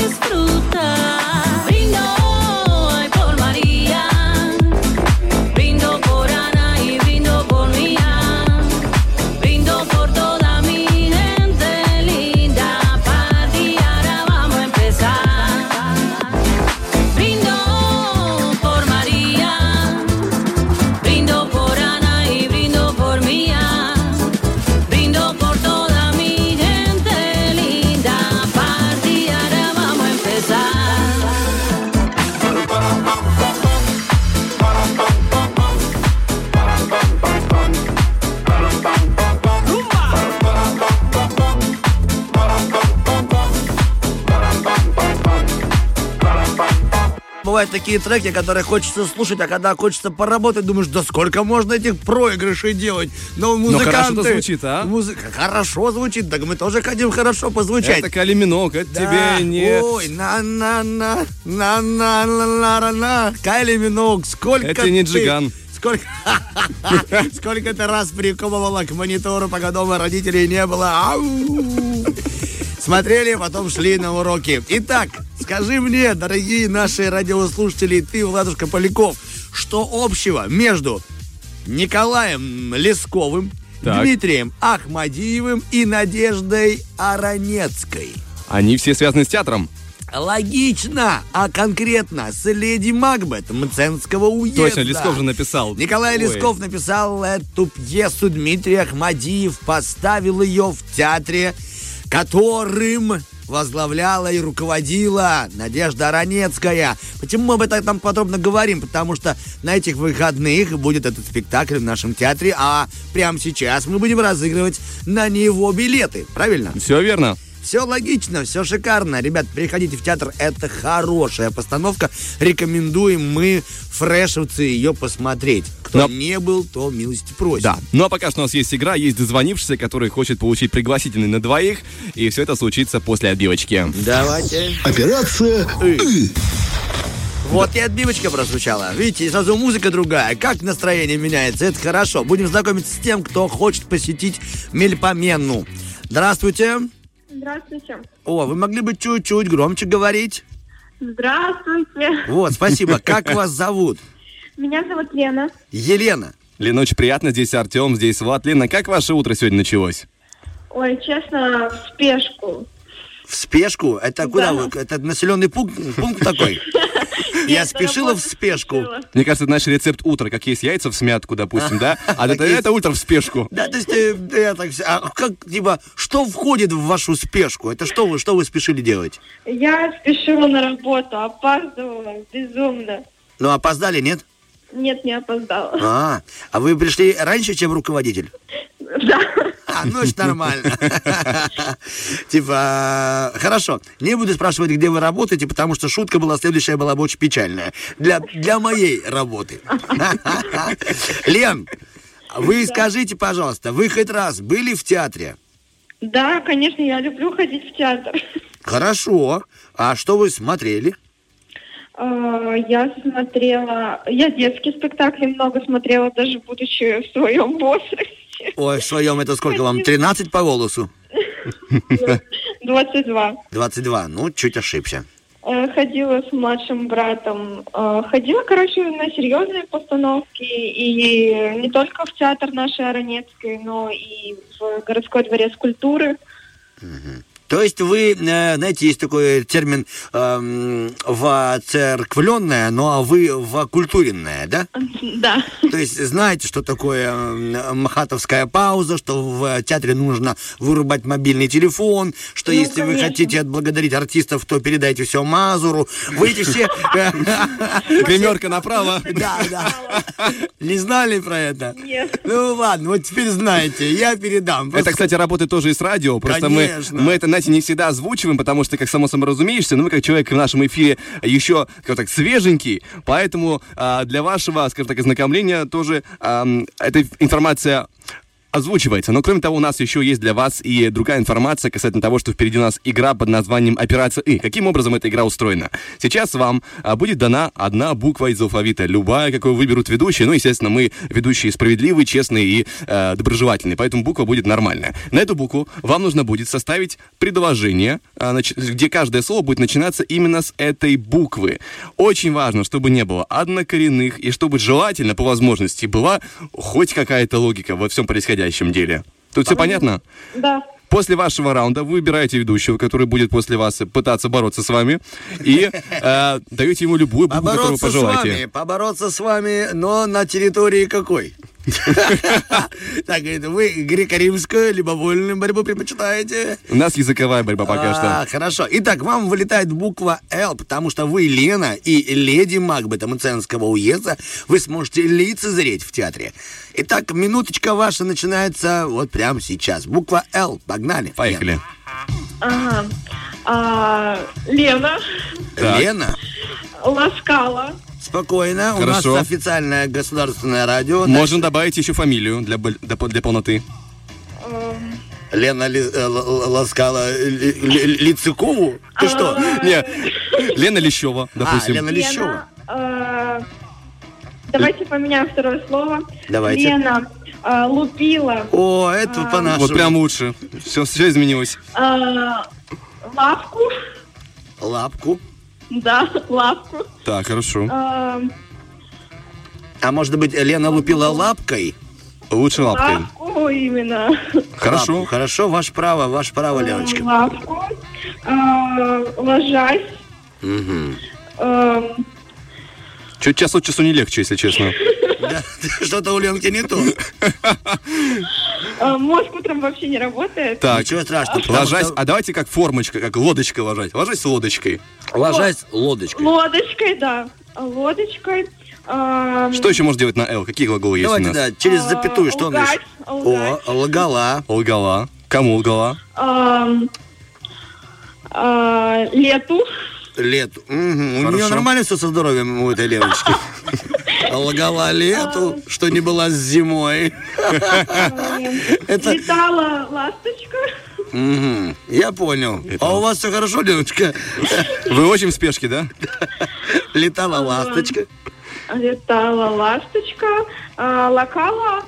disfrutar. Brindo hoy por María, brindo por Ana y brindo por Mía, brindo por toda mi gente linda. Party, ahora vamos a empezar. Brindo por María, brindo por Ana y brindo por Mía, brindo por toda mi gente linda. Party, ahora vamos a empezar. Бывают такие треки, которые хочется слушать, а когда хочется поработать, думаешь, да сколько можно этих проигрышей делать? Но музыканты... хорошо-то звучит, а? Хорошо звучит, так мы тоже хотим хорошо позвучать. Это Кали Миноуг, это тебе не... Ой, на-на-на-на-на-на-на-на. Кайли Миноуг, сколько Это не ты- Джиган. Сколько ты раз приковывала к монитору, пока дома родителей не было. Ау! Смотрели, потом шли на уроки. Итак, скажи мне, дорогие наши радиослушатели, и ты, Владушка Поляков, что общего между Николаем Лесковым, Так. Дмитрием Ахмадиевым и Надеждой Аронецкой? Они все связаны с театром. Логично, а конкретно с леди Макбет Мценского уезда. Точно, Лесков же написал. Николай Ой. Лесков написал эту пьесу, Дмитрий Ахмадиев поставил ее в театре, которым возглавляла и руководила Надежда Аронецкая. Почему мы об этом там подробно говорим? Потому что на этих выходных будет этот спектакль в нашем театре, а прямо сейчас мы будем разыгрывать на него билеты. Правильно? Все верно. Все логично, все шикарно. Ребят, приходите в театр, это хорошая постановка. Рекомендуем мы, фрешевцы, ее посмотреть. Кто Но- не был, то милости просим. Да. Ну а пока что у нас есть игра, есть дозвонившийся, который хочет получить пригласительный на двоих, и все это случится после отбивочки. Давайте. Операция «Ы». Вот и отбивочка прозвучала. Видите, сразу музыка другая. Как настроение меняется, это хорошо. Будем знакомиться с тем, кто хочет посетить Мельпомену. Здравствуйте. Здравствуйте. О, вы могли бы чуть-чуть громче говорить? Здравствуйте. Вот, спасибо. Как вас зовут? Меня зовут Лена. Елена. Лена, очень приятно. Здесь Артем, здесь Влад. Лена, как ваше утро сегодня началось? Ой, честно, в спешку. В спешку? Это куда вы? Это населенный пункт такой? Я Нет, на спешила в работу спешку. спешила. Мне кажется, это наш рецепт утра, как есть яйца в смятку, допустим, да? А это утро в спешку. Да, то есть, я так, а как, типа, что входит в вашу спешку? Это что вы спешили делать? Я спешила на работу, опаздывала безумно. Ну, опоздали, нет? Нет, не опоздала. А вы пришли раньше, чем руководитель? Да. Ну, это нормально. Типа, хорошо. Не буду спрашивать, где вы работаете, потому что шутка была следующая, была бы очень печальная. Для моей работы. Лен, вы скажите, пожалуйста, вы хоть раз были в театре? Да, конечно, я люблю ходить в театр. Хорошо. А что вы смотрели? Я детские спектакли много смотрела, даже будучи в своем возрасте. Ой, в своем это сколько вам? 13 по голосу? 22. 22. Ну, чуть ошибся. Ходила с младшим братом. Ходила, на серьезные постановки. И не только в театр нашей Аронецкой, но и в городской дворец культуры. То есть вы, знаете, есть такой термин воцерквленное, но вы вокультуренное, да? Да. То есть знаете, что такое махатовская пауза, что в театре нужно вырубать мобильный телефон, что если вы хотите отблагодарить артистов, то передайте все Мазуру. Вы эти все... Гримерка направо. Да. Не знали про это? Нет. Ну ладно, вот теперь знаете, я передам. Это, кстати, работает тоже и с радио. Просто Конечно. мы это, знаете, не всегда озвучиваем, потому что, как само собой разумеешься, мы как человек в нашем эфире еще, как так, свеженький, поэтому для вашего, скажем так, ознакомления тоже эта информация озвучивается. Но кроме того, у нас еще есть для вас и другая информация касательно того, что впереди у нас игра под названием «Операция И». Каким образом эта игра устроена? Сейчас вам будет дана одна буква из алфавита, любая, какую выберут ведущие. Ну, естественно, мы ведущие справедливые, честные и доброжелательные, поэтому буква будет нормальная. На эту букву вам нужно будет составить предложение, где каждое слово будет начинаться именно с этой буквы. Очень важно, чтобы не было однокоренных и чтобы желательно, по возможности, была хоть какая-то логика во всем происходящем деле. Тут все понятно? Да. После вашего раунда вы выбираете ведущего, который будет после вас пытаться бороться с вами, и даете ему любую букву, которую вы пожелаете. Побороться с вами, но на территории какой? Так, вы греко-римскую либо вольную борьбу предпочитаете? У нас языковая борьба пока что. Хорошо. Итак, вам вылетает буква «Л», потому что вы, Лена, и леди Макбета Мценского уезда, вы сможете лицезреть в театре. Итак, минуточка ваша начинается вот прямо сейчас. Буква «Л». Погнали. Поехали. Ага. Лена. Так. Лена. Ласкала. Спокойно. Хорошо. У нас официальное государственное радио. Можно добавить еще фамилию для полноты. Лена ласкала Лицыкову? Ты что? Не, Лена Лещева, допустим. Лена Лещева. Давайте поменяем второе слово. Давайте. Лена лупила. О, это по-нашему. Вот прям лучше. Все изменилось. Лапку. Лапку. Да, лапку. Так, хорошо. А может быть, Лена лупила лапкой? Лучше лапкой. Лапку именно. Хорошо. Лапку. Хорошо, ваше право, Леночка. Лапку. Ложась. Чуть час от часу не легче, если честно. Да, что-то у Ленки не то. Мозг утром вообще не работает. Так, Ничего страшного. ложась, а давайте как формочка, как лодочка ложать. Ложась с лодочкой. Ложась лодочкой. Лодочкой, да. Лодочкой. Что еще можно делать на «Л»? Какие глаголы есть у Давайте, нас? да, через запятую, что у нас? Лгать. О, лгала. Лгала. Кому лгала? Лету. Лету. У нее нормально все со здоровьем у этой Леночки. Лгала лету, что не была с зимой. Летала ласточка. Я понял. А у вас все хорошо, Леночка? Вы очень в спешке, да? Летала ласточка. Летала ласточка. Локала.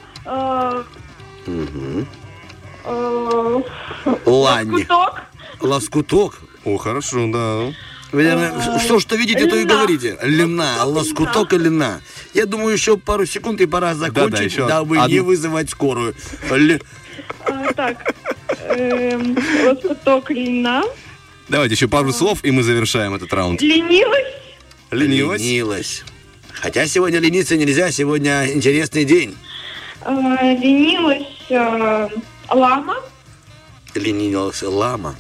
Лань. Лоскуток. Лоскуток. О, хорошо, да. Вы, наверное, что видите, то и говорите. Льна, лоскуток и льна. Я думаю, еще пару секунд и пора закончить, дабы не вызывать скорую. Так. Лоскуток, льна. Давайте еще пару слов, и мы завершаем этот раунд. Ленилась. Ленилась. Хотя сегодня лениться нельзя, сегодня интересный день. Ленилась лама. Ленилась лама.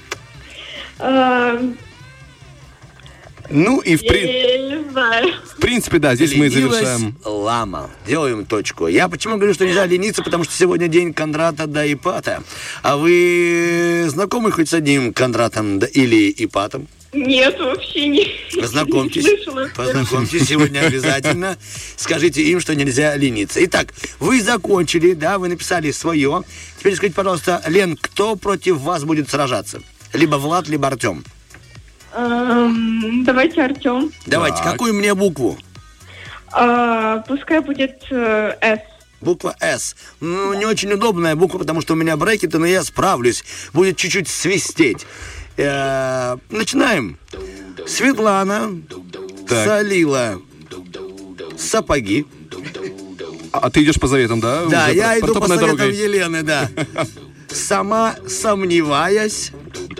Ну и Я не знаю. в принципе, да, здесь мы и Ленилась завершаем. лама. Делаем точку. Я почему говорю, что нельзя лениться, потому что сегодня день Кондрата да Ипата. А вы знакомы хоть с одним Кондратом да или Ипатом? Нет, вообще не. Познакомьтесь. Не слышала. Познакомьтесь сегодня обязательно. Скажите им, что нельзя лениться. Итак, вы закончили, да, вы написали свое. Теперь скажите, пожалуйста, Лен, кто против вас будет сражаться? Либо Влад, либо Артем. Давайте Артем. Давайте, Так. какую мне букву? Пускай будет С. Буква «С». Ну, не очень удобная буква, потому что у меня брекеты, но я справлюсь. Будет чуть-чуть свистеть. Начинаем. Светлана солила сапоги. А ты идешь по заветам, да? Да, Уже я иду по протоптанной советам дорогой. Елены, да. Сама сомневаясь,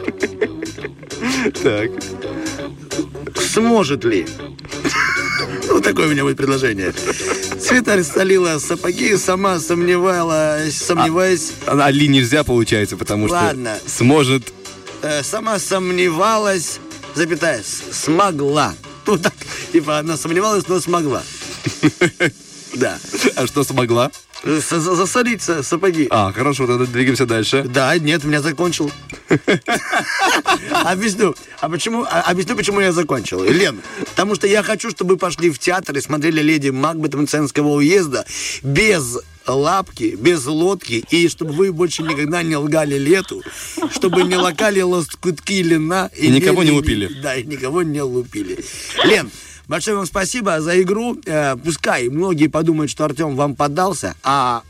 Так. сможет ли. Вот такое у меня будет предложение. Светлана солила сапоги, сама сомневаясь. А Ли нельзя, получается, потому Ладно. что сможет... Сама сомневалась, запятая, смогла. Ну так, типа она сомневалась, но смогла. Да. А что смогла? Засолить сапоги. А, хорошо, тогда двигаемся дальше. Да, нет, меня закончил. Объясню, почему я закончил. Лен, потому что я хочу, чтобы вы пошли в театр и смотрели «Леди Макбет Мценского уезда» без лапки, без лодки, и чтобы вы больше никогда не лгали лету, чтобы не локали лоскутки льна. И никого не лупили. Да, и никого не лупили. Лен, большое вам спасибо за игру. Пускай многие подумают, что Артем вам поддался, а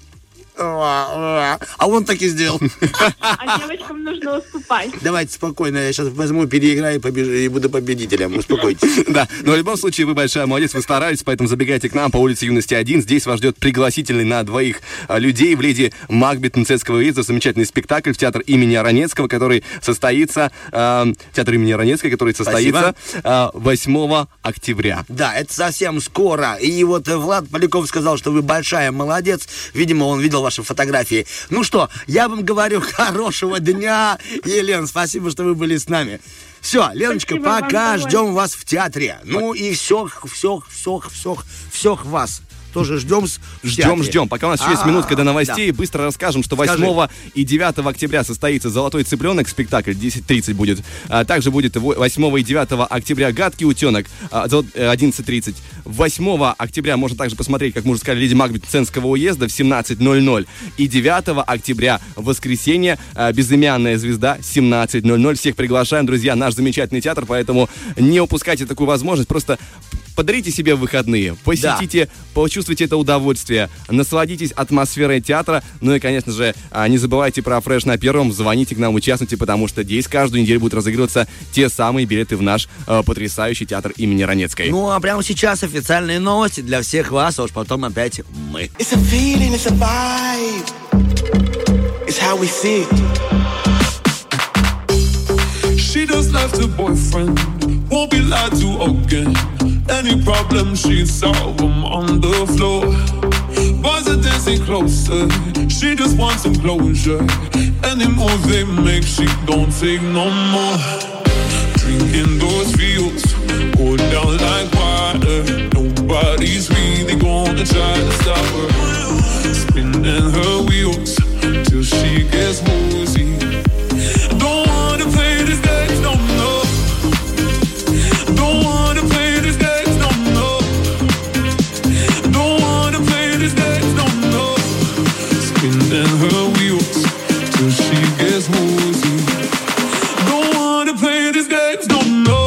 он так и сделал. А девочкам нужно уступать. Давайте спокойно, я сейчас возьму, переиграю и буду победителем. Успокойтесь. Да, но в любом случае вы большая молодец, вы старались, поэтому забегайте к нам по улице Юности 1. Здесь вас ждет пригласительный на 2 людей в леди Макбет Мцецкого уезда. Замечательный спектакль в театр имени Аронецкого, который состоится 8 октября. Да, это совсем скоро. И вот Влад Поляков сказал, что вы большая молодец. Видимо, он видел ваши фотографии. Ну что, я вам говорю хорошего дня. Елена, спасибо, что вы были с нами. Все, Леночка, Спасибо пока, вам, ждем вас в театре. Ну и всех вас тоже ждем в театре. Ждем. Пока у нас еще есть минутка до новостей, быстро расскажем, что 8 и 9 октября состоится «Золотой цыпленок», спектакль 10:30 будет. Также будет 8 и 9 октября «Гадкий утенок», 11:30. 8 октября можно также посмотреть, как мы уже сказали, «Леди Макбет» Мценского уезда в 17:00. И 9 октября, в воскресенье, «Безымянная звезда» 17:00. Всех приглашаем, друзья, наш замечательный театр, поэтому не упускайте такую возможность. Просто подарите себе выходные, посетите, почувствуйте это удовольствие, насладитесь атмосферой театра. Ну и, конечно же, не забывайте про Фреш на Первом, звоните к нам, участвуйте, потому что здесь каждую неделю будут разыгрываться те самые билеты в наш потрясающий театр имени Ранецкой. Ну а прямо сейчас официальные новости для всех вас, а уж потом опять мы. It's a feeling, it's a vibe. It's how we see it. She just left her boyfriend, won't be lied to again. Any problem she'd solve them on the floor. Boys are dancing closer, she just wants some closure. Any move they make, she don't take no more. Drinking those fields, go down like water. Nobody's really gonna try to stop her. Spinning her wheels till she gets woozy. Don't wanna play this game, no, no. Don't wanna play this game, no, no. Don't wanna play this game, no, no. Spinning her wheels till she gets woozy. Don't wanna play this game, no, no.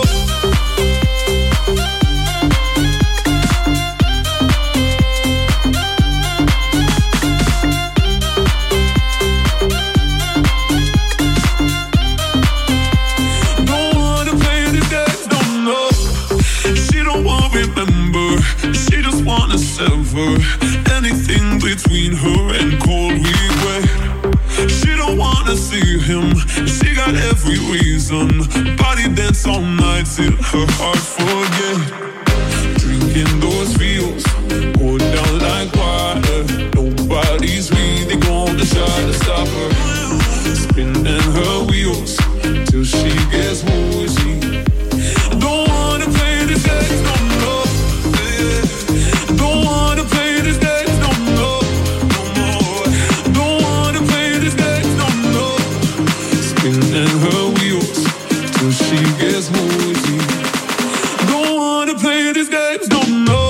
Sever anything between her and cold regret. She don't wanna see him, she got every reason. Body dance all night till her heart forget. Drinking those feels, go down like water. Nobody's really gonna try to stop her. Spinning her wheels till she gets woozy. Don't wanna play this game, no, no. Don't wanna play this game, no, no, no more. Don't wanna play this game, no, no. Spinning her wheels till she gets woozy. Don't wanna play this game, no, no.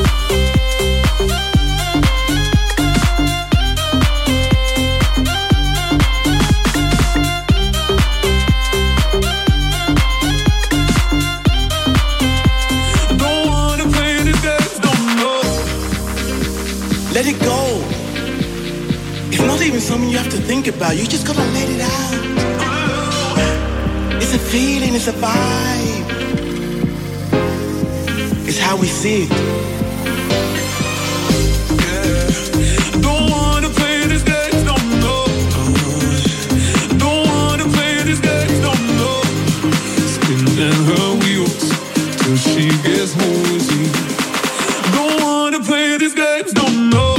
Let it go. It's not even something you have to think about. You just gotta let it out. It's a feeling, it's a vibe. It's how we see it. Don't wanna play this game, no, no. Don't wanna play this game, no, no. Spinning her wheels till she gets woozy. Don't wanna play this game, no, no.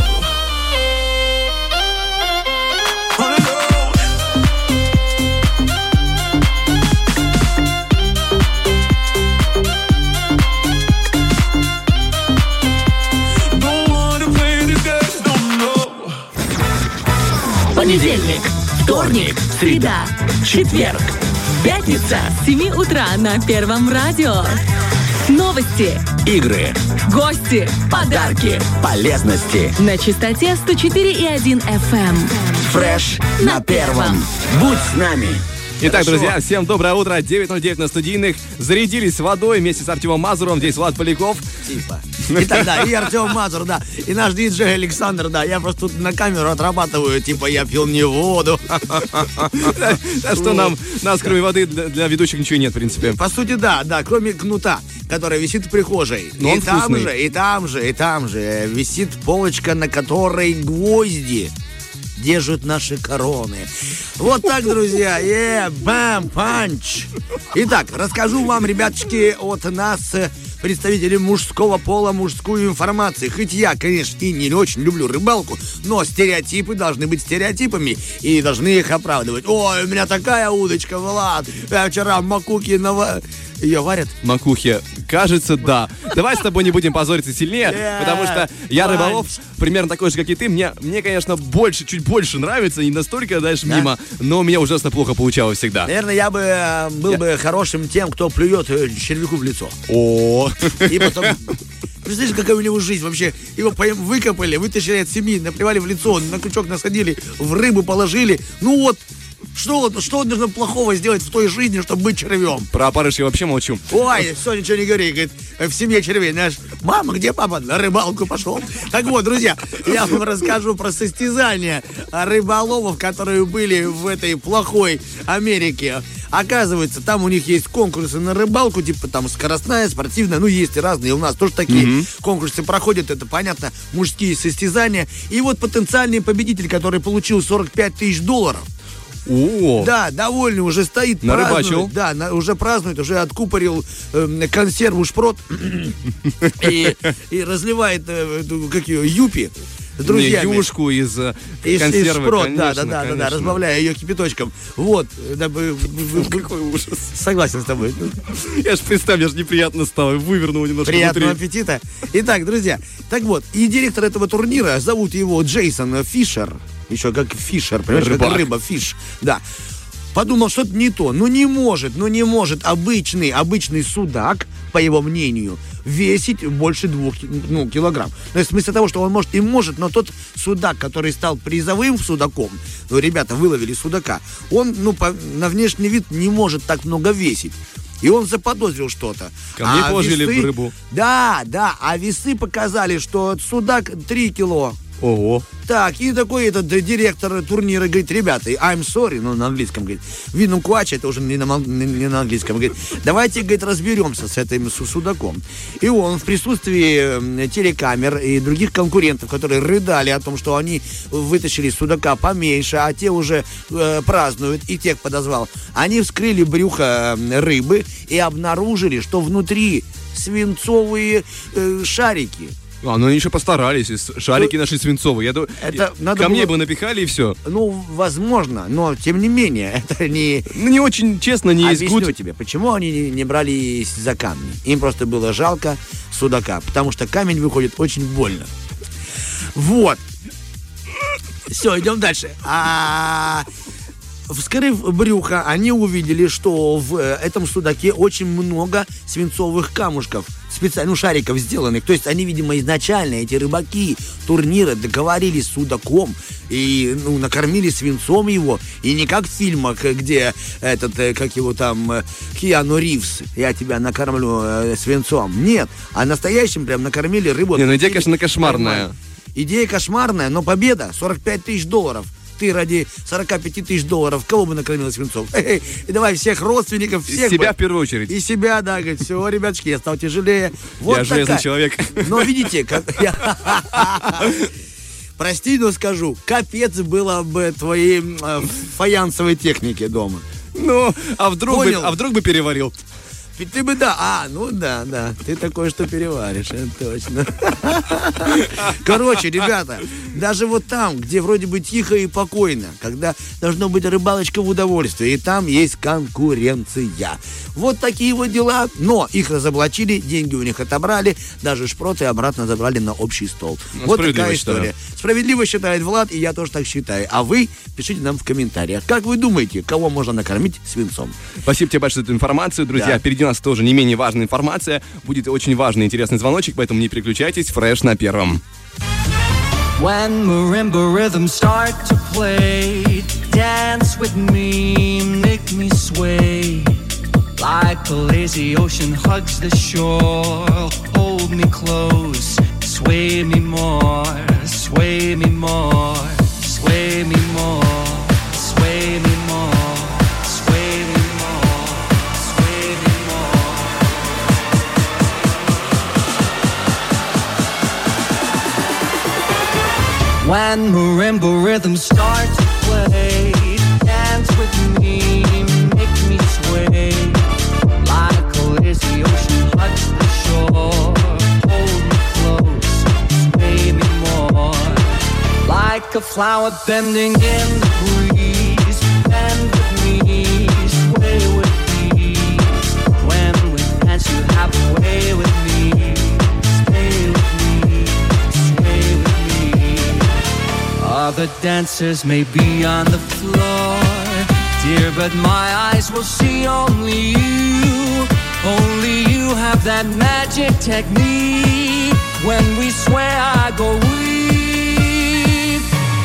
Понедельник, вторник, среда, четверг, Пятница с 7 утра на Первом радио. Новости, Игры, Гости, подарки, полезности. на частоте 104,1 FM. Фреш на первом. Будь с нами. Итак, Хорошо. друзья, всем доброе утро. 9:09 на студийных. Зарядились водой вместе с Артемом Мазуром. Здесь Влад Поляков. Типа. Итак, да, и Артем Мазур, да, и наш диджей Александр, да, я просто тут на камеру отрабатываю, типа, я пил не воду. А что нас кроме воды для ведущих ничего нет, в принципе. По сути, да, кроме кнута, который висит в прихожей. Но он вкусный. И там же висит полочка, на которой гвозди держат наши короны. Вот так, друзья. Бам, панч. Итак, расскажу вам, ребяточки, от нас, представители мужского пола, мужскую информацию. Хоть я, конечно, и не очень люблю рыбалку, но стереотипы должны быть стереотипами и должны их оправдывать. Ой, у меня такая удочка, Влад. Я вчера макуки ее варят. Макухи, кажется, да. Давай с тобой не будем позориться сильнее, потому что я рыболов примерно такой же, как и ты. Мне, конечно, чуть больше нравится, не настолько, знаешь, мимо, но у меня ужасно плохо получалось всегда. Наверное, я бы был бы хорошим тем, кто плюет червяку в лицо. О, И потом... Представляешь, какая у него жизнь вообще? Его выкопали, вытащили от семьи, наплевали в лицо, на крючок насадили, в рыбу положили. Ну вот, что нужно плохого сделать в той жизни, чтобы быть червем? про опарыш я вообще молчу. Ой, все, ничего не говори, говорит, в семье червей, знаешь, мама, где папа? На рыбалку пошел. Так вот, друзья, я вам расскажу про состязания рыболовов, которые были в этой плохой Америке. Оказывается, там у них есть конкурсы на рыбалку, типа там скоростная, спортивная, ну есть и разные, у нас тоже такие конкурсы проходят, это понятно, мужские состязания. И вот потенциальный победитель, который получил $45 тысяч. О, Да, довольный уже стоит, нарыбачил. празднует. Да, уже празднует, уже откупорил консерву шпрот и разливает юпи с друзьями. Не, юшку из Из консервы, шпрот, конечно, да, конечно. разбавляя ее кипяточком. Вот. Какой ужас. Согласен с тобой. Я ж представь, мне ж неприятно стало, вывернуло немножко Приятного внутри. аппетита. Итак, друзья, так вот, и директор этого турнира, зовут его Джейсон Фишер, еще как Фишер, понимаешь, Рыбак. как рыба, фиш, да. Подумал, что-то не то. Ну не может обычный судак, по его мнению, весить больше 2 килограмм. То есть в смысле того, что он может, но тот судак, который стал призовым судаком, ребята выловили судака, он, на внешний вид не может так много весить. И он заподозрил что-то. Камней положили в рыбу. Да, а весы показали, что судак 3 кило. Ого. Так, и такой этот директор турнира говорит, ребята, I'm sorry, на английском, говорит, вину куача, это уже не на английском, говорит, давайте, говорит, разберемся с этим судаком. И он в присутствии телекамер и других конкурентов, которые рыдали о том, что они вытащили судака поменьше, а те уже празднуют, и тех подозвал, они вскрыли брюхо рыбы и обнаружили, что внутри свинцовые шарики. Ну они еще постарались, шарики наши свинцовые. Я думаю, Это надо камней было- бы напихали и все. Ну, возможно, но тем не менее, это не... Ну не очень честно, не из Объясню гуд. тебе, почему они не брались за камни. Им просто было жалко судака, потому что камень выходит очень больно. Вот. Все, идем дальше. Вскрыв брюхо, они увидели, что в этом судаке очень много свинцовых камушков, специально, шариков сделанных. То есть они, видимо, изначально, эти рыбаки турнира договорились с судаком и накормили свинцом его. И не как в фильмах, где как его там, Киану Ривз, я тебя накормлю свинцом. Нет, а настоящим прям накормили рыбу. Не, ну идея, конечно, кошмарная. Нормально. Идея кошмарная, но победа. $45 тысяч. Ты ради $45 тысяч кого бы накормил свинцом? И давай всех родственников, всех Себя бы. в первую очередь. И себя, да, говорит, все, ребяточки, я стал тяжелее. Вот Я железный такая. человек. Но видите, как прости, но скажу, капец было бы твоей фаянсовой технике дома. Ну, а вдруг бы переварил? Ты бы, да. Да. Ты такое, что переваришь, это точно. Короче, ребята, даже вот там, где вроде бы тихо и покойно, когда должно быть рыбалочка в удовольствие, и там есть конкуренция. Вот такие вот дела. Но их разоблачили, деньги у них отобрали, даже шпроты обратно забрали на общий стол. Ну, Вот такая считаю. история. Справедливо считает Влад, и я тоже так считаю. А вы пишите нам в комментариях, как вы думаете, кого можно накормить свинцом? Спасибо тебе большое за эту информацию, друзья. Да. Впереди у нас нас тоже не менее важная информация. Будет очень важный, интересный звоночек, поэтому не переключайтесь. Фреш на первом. When marimba rhythms start to play, dance with me, make me sway. Like a lazy ocean hugs the shore, hold me close, sway me more, sway me more, sway me more, sway me more, sway me more, sway me more. When marimba rhythms start to play, dance with me, make me sway. Like a lazy ocean hugs the shore, hold me close, sway me more. Like a flower bending in the breeze, bend with me, sway with ease. When we dance, you have a way with me, stay with me, sway with me. Other dancers may be on the floor, dear, but my eyes will see only you. Only you have that magic technique. When we sway, I go weak.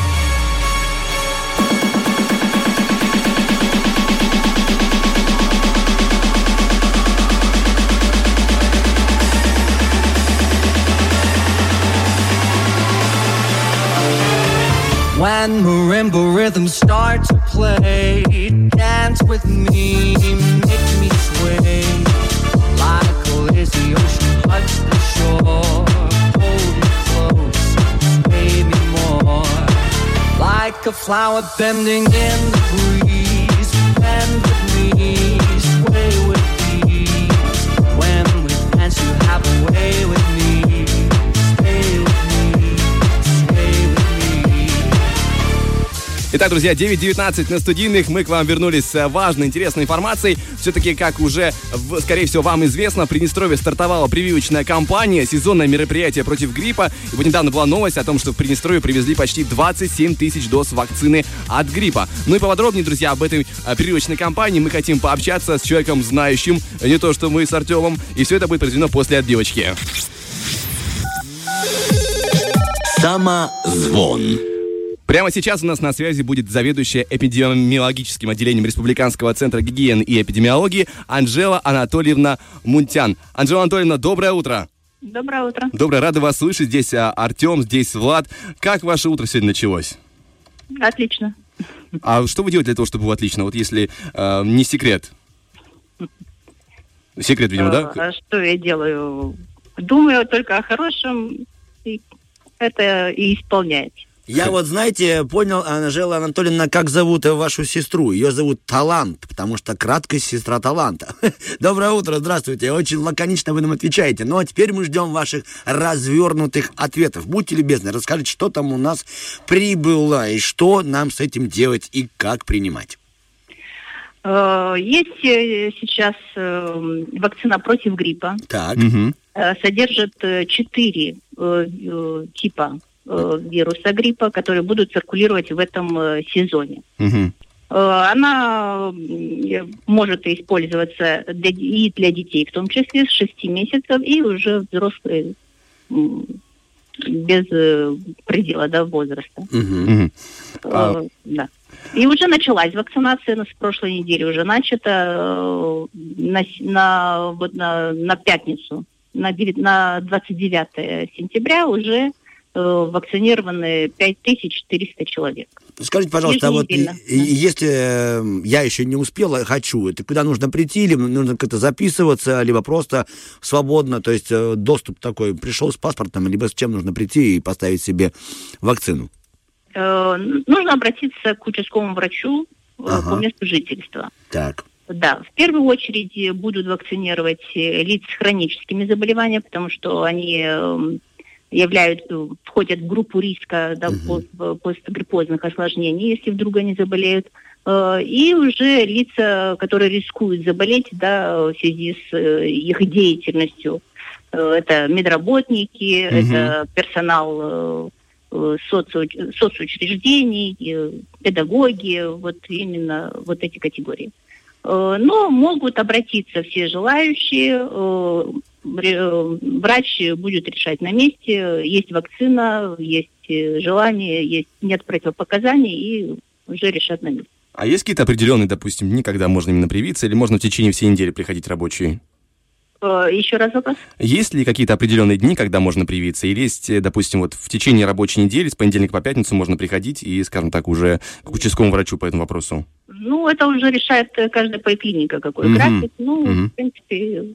When marimba rhythms start to play, dance with me, make me sway. Like a lazy ocean hugs the shore, hold me close, sway me more. Like a flower bending in the breeze, bend with me, sway with ease. When we dance, you have a way with me, stay with me, sway with me. Итак, друзья, 9:19 на студийных. Мы к вам вернулись с важной, интересной информацией. Все-таки, как уже, скорее всего, вам известно, в Приднестровье стартовала прививочная кампания, сезонное мероприятие против гриппа. И вот недавно была новость о том, что в Приднестровье привезли почти 27 тысяч доз вакцины от гриппа. Ну и поподробнее, друзья, об этой прививочной кампании мы хотим пообщаться с человеком, знающим, не то что мы с Артемом. И все это будет произведено после отбивочки. Самозвон. Прямо сейчас у нас на связи будет заведующая эпидемиологическим отделением Республиканского центра гигиены и эпидемиологии Анжела Анатольевна Мунтян. Анжела Анатольевна, доброе утро. Доброе утро. Доброе, рада вас слышать. Здесь Артем, здесь Влад. Как ваше утро сегодня началось? Отлично. А что вы делаете для того, чтобы было отлично? Вот если не секрет. Секрет, видимо, да? А что я делаю? Думаю только о хорошем, и это и исполнять. Я вот, знаете, понял, Анжела Анатольевна, как зовут вашу сестру. Ее зовут Талант, потому что краткость сестра таланта. Доброе утро, здравствуйте. Очень лаконично вы нам отвечаете. Ну, а теперь мы ждем ваших развернутых ответов. Будьте любезны, расскажите, что там у нас прибыло, и что нам с этим делать, и как принимать. Есть сейчас вакцина против гриппа. Так. Содержит 4 типа вируса гриппа, которые будут циркулировать в этом сезоне. Она может использоваться и для детей, в том числе с 6 месяцев, и уже взрослые без предела возраста. Да. И уже началась вакцинация, с прошлой недели уже начата на пятницу, на 29 сентября уже вакцинированы 5400 человек. Скажите, пожалуйста, а вот если я еще не успела, хочу, это куда нужно прийти, или нужно как-то записываться, либо просто свободно, то есть доступ такой, пришел с паспортом, либо с чем нужно прийти и поставить себе вакцину? Нужно обратиться к участковому врачу по месту жительства. Так. Да, в первую очередь будут вакцинировать лиц с хроническими заболеваниями, потому что они входят в группу риска постгриппозных осложнений, если вдруг они заболеют. И уже лица, которые рискуют заболеть в связи с их деятельностью. Это медработники, это персонал соцучреждений, педагоги, вот именно вот эти категории. Но могут обратиться все желающие. Врач будет решать на месте. Есть вакцина, есть желание, нет противопоказаний, и уже решат на месте. А есть какие-то определенные, допустим, дни, когда можно именно привиться, или можно в течение всей недели приходить рабочие? Еще раз вопрос. Есть ли какие-то определенные дни, когда можно привиться? Или есть, допустим, вот в течение рабочей недели, с понедельника по пятницу можно приходить и, скажем так, уже к участковому врачу по этому вопросу? Ну, это уже решает каждая поликлиника, какой график. В принципе...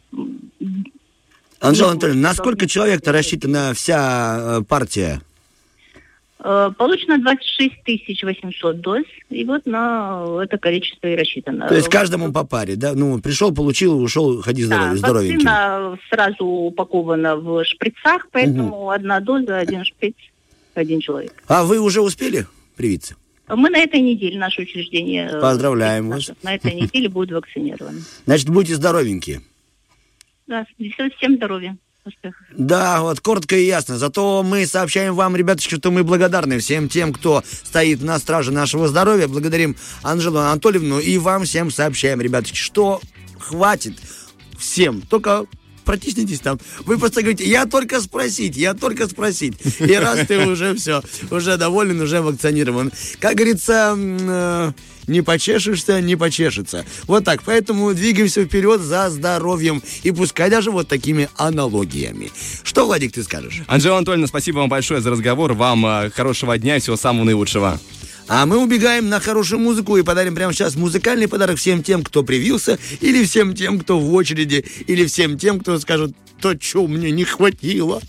Анжела Анатольевна, на сколько человек-то рассчитана вся партия? Получено 26 800 доз, и вот на это количество и рассчитано. То есть каждому по паре, да? Ну, пришел, получил, ушел, ходи здоровенький. Вакцина сразу упакована в шприцах, поэтому одна доза, один шприц, один человек. А вы уже успели привиться? Мы на этой неделе, наше учреждение... Поздравляем вас. На этой неделе будут вакцинированы. Значит, будьте здоровенькие. Да, всем здоровья. Успехов. Да, вот коротко и ясно. Зато мы сообщаем вам, ребяточки, что мы благодарны всем тем, кто стоит на страже нашего здоровья. Благодарим Анжелу Анатольевну и вам всем сообщаем, ребяточки, что хватит всем. Только протиснитесь там. Вы просто говорите, я только спросить. И раз ты уже все, уже доволен, уже вакцинирован. Как говорится... Не почешешься, не почешется. Вот так. Поэтому двигаемся вперед за здоровьем. И пускай даже вот такими аналогиями. Что, Владик, ты скажешь? Анжела Анатольевна, спасибо вам большое за разговор. Вам хорошего дня и всего самого наилучшего. А мы убегаем на хорошую музыку и подарим прямо сейчас музыкальный подарок всем тем, кто привился, или всем тем, кто в очереди, или всем тем, кто скажет, то, что мне не хватило.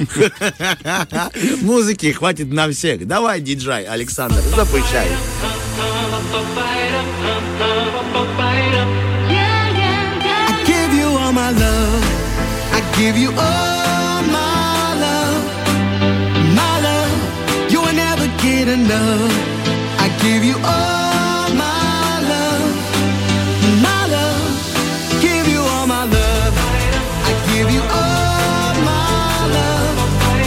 Музыки хватит на всех. Давай, диджей Александр, запущай. I give you all my love. I give you all my love. You will never get enough. I give you all my love. Give you all my love. I give you all my love.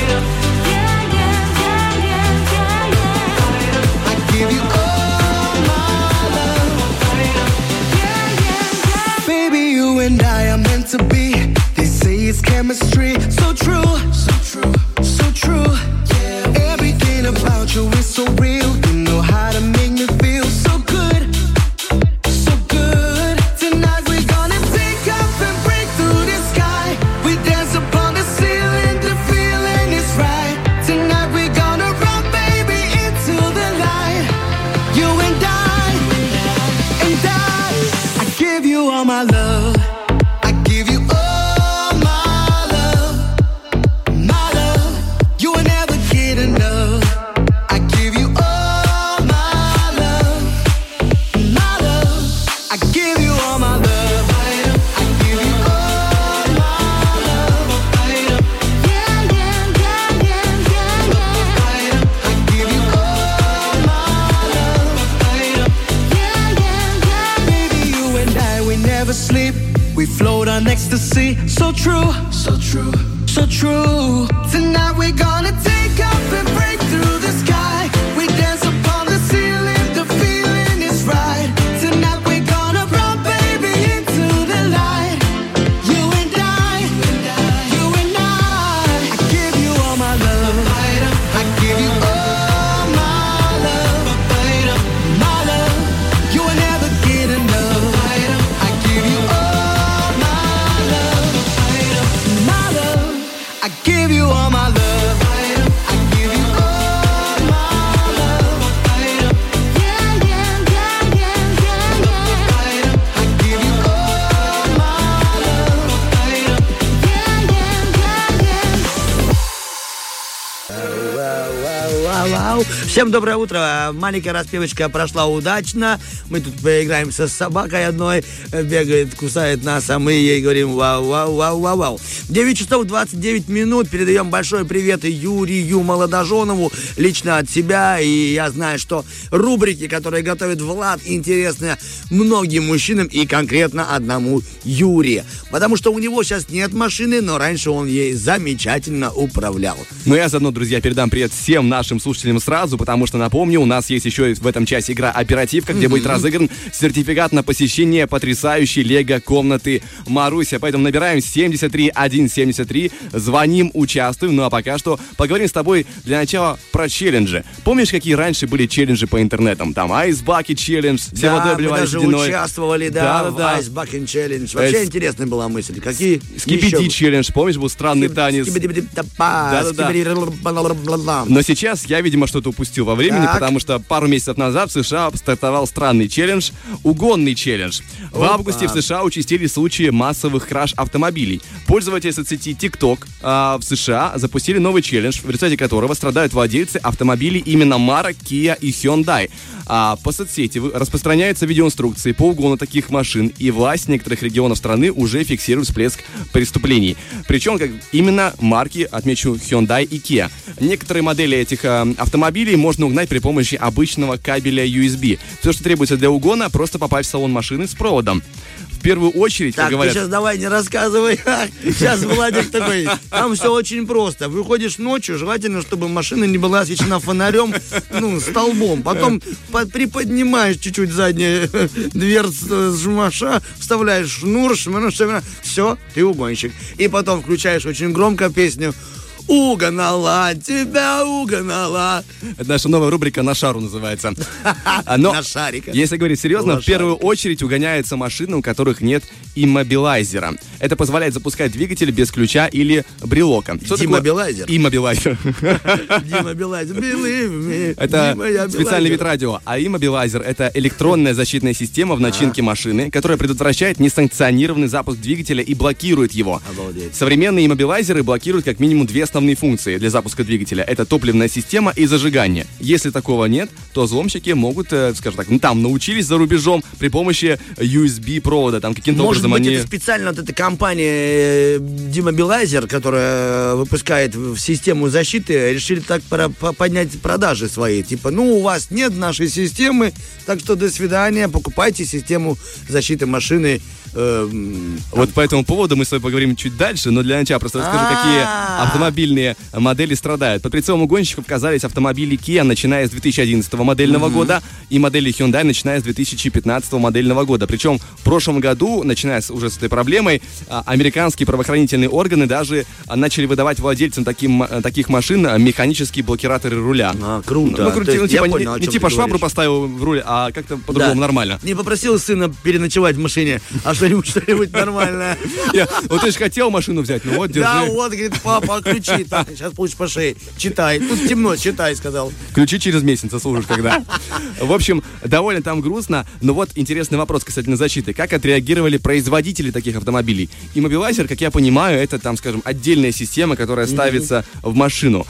I give you all my love. Baby, you and I are meant to be. They say it's chemistry. So true, so true, so true. Everything about you is so real. You know how to make me feel so good, so good. Tonight we're gonna take off and break through the sky. We dance upon the ceiling, the feeling is right. Tonight we're gonna run, baby, into the light. You and I give you all my love. I give you all my love, my love. You will never get enough. I give you all my love, my love. I give you all my love. I give you all my love. Yeah, yeah, yeah, yeah, yeah, yeah. I give you all my love. Yeah, yeah, yeah. Baby, you and I, we never sleep. We float on ecstasy. So true, so true, so true. Tonight we're gonna take off and break through the sky. We dance upon the ceiling, the feeling is right. Tonight we're gonna run, baby, into the light. You and I, you and I give you all my love. I give you all my love, my love. You will never get enough. I give you all my love, my love. I give you all my love. I give you all my love. Yeah, yeah, yeah, yeah, yeah, yeah. I give you all my love. Yeah, yeah, yeah, yeah. Вау. Всем доброе утро. Маленькая распевочка прошла удачно. Мы тут поиграем со собакой одной. Бегает, кусает нас, а мы ей говорим вау. 9 часов 29 минут. Передаем большой привет Юрию Молодоженову лично от себя. И я знаю, что рубрики, которые готовит Влад, интересны многим мужчинам и конкретно одному Юрию. Потому что у него сейчас нет машины, но раньше он ей замечательно управлял. Ну, я заодно, друзья, передам привет всем нашим слушателям сразу. потому что, напомню, у нас есть еще в этом часе игра «Оперативка», где будет разыгран сертификат на посещение потрясающей лего-комнаты Маруся. Поэтому набираем 73173, звоним, участвуем. Ну а пока что поговорим с тобой для начала про челленджи. Помнишь, какие раньше были челленджи по интернетам? Там Ice Bucket Challenge, все Да, водой мы обливались даже водяной. участвовали, Да. в Ice Bucket Challenge. Вообще интересная была мысль. Какие Скибиди челлендж, помнишь, был странный танец? Но сейчас я, видимо, что-то упустил во времени, потому что пару месяцев назад в США стартовал странный челлендж, угонный челлендж. В августе в США участились случаи массовых краж автомобилей. Пользователи соцсети TikTok в США запустили новый челлендж, в результате которого страдают владельцы автомобилей именно марок Kia и Hyundai. По соцсети распространяются видеоинструкции по угону таких машин, и власть некоторых регионов страны уже фиксирует всплеск преступлений. Причем именно марки, отмечу, Hyundai и Kia. Некоторые модели этих автомобилей можно угнать при помощи обычного кабеля USB. Все, что требуется для угона, просто попасть в салон машины с проводом. В первую очередь, как говорят... ты сейчас давай не рассказывай. Сейчас Владик такой, там все очень просто. Выходишь ночью, желательно, чтобы машина не была освещена фонарем, столбом. Потом приподнимаешь чуть-чуть заднюю дверцу жмаша, вставляешь шнур, все, ты угонщик. И потом включаешь очень громко песню «Угнала, тебя угнала». Это наша новая рубрика «На шару» называется. Но, на шарика. если говорить серьезно, в первую очередь угоняются машины, у которых нет иммобилайзера. Это позволяет запускать двигатель без ключа или брелока. Иммобилайзер? Иммобилайзер. Иммобилайзер, believe me. Это специальный вид радио. А иммобилайзер — это электронная защитная система в начинке машины, которая предотвращает несанкционированный запуск двигателя и блокирует его. Обалдеть. Современные иммобилайзеры блокируют как минимум две основные функции для запуска двигателя. Это топливная система и зажигание. Если такого нет, то взломщики могут, скажем так, там научились за рубежом при помощи USB-провода. Там каким-то образом Может быть, они... это специально вот эта компания Demobilizer, которая выпускает систему защиты, решили так поднять продажи свои. Типа, у вас нет нашей системы, так что до свидания, покупайте систему защиты машины. Вот по этому поводу мы с тобой поговорим чуть дальше, но для начала просто расскажу, какие автомобильные модели страдают. Под прицелом угонщиков оказались автомобили Kia, начиная с 2011 модельного года, и модели Hyundai, начиная с 2015 модельного года. Причем в прошлом году, начиная уже с этой проблемой, американские правоохранительные органы даже начали выдавать владельцам таких машин механические блокираторы руля. Круто. Не типа швабру поставил в руль, а как-то по-другому нормально. Не попросил сына переночевать в машине, а что-нибудь нормальное. Вот ты же хотел машину взять, ну вот, держи. Да, вот, говорит, папа, ключи, так, сейчас получишь по шее. Читай, тут темно, читай, сказал. Ключи через месяц заслужишь когда. В общем, довольно там грустно, но вот интересный вопрос касательно защиты. Как отреагировали производители таких автомобилей? Immobilizer, как я понимаю, это там, скажем, отдельная система, которая ставится в машину.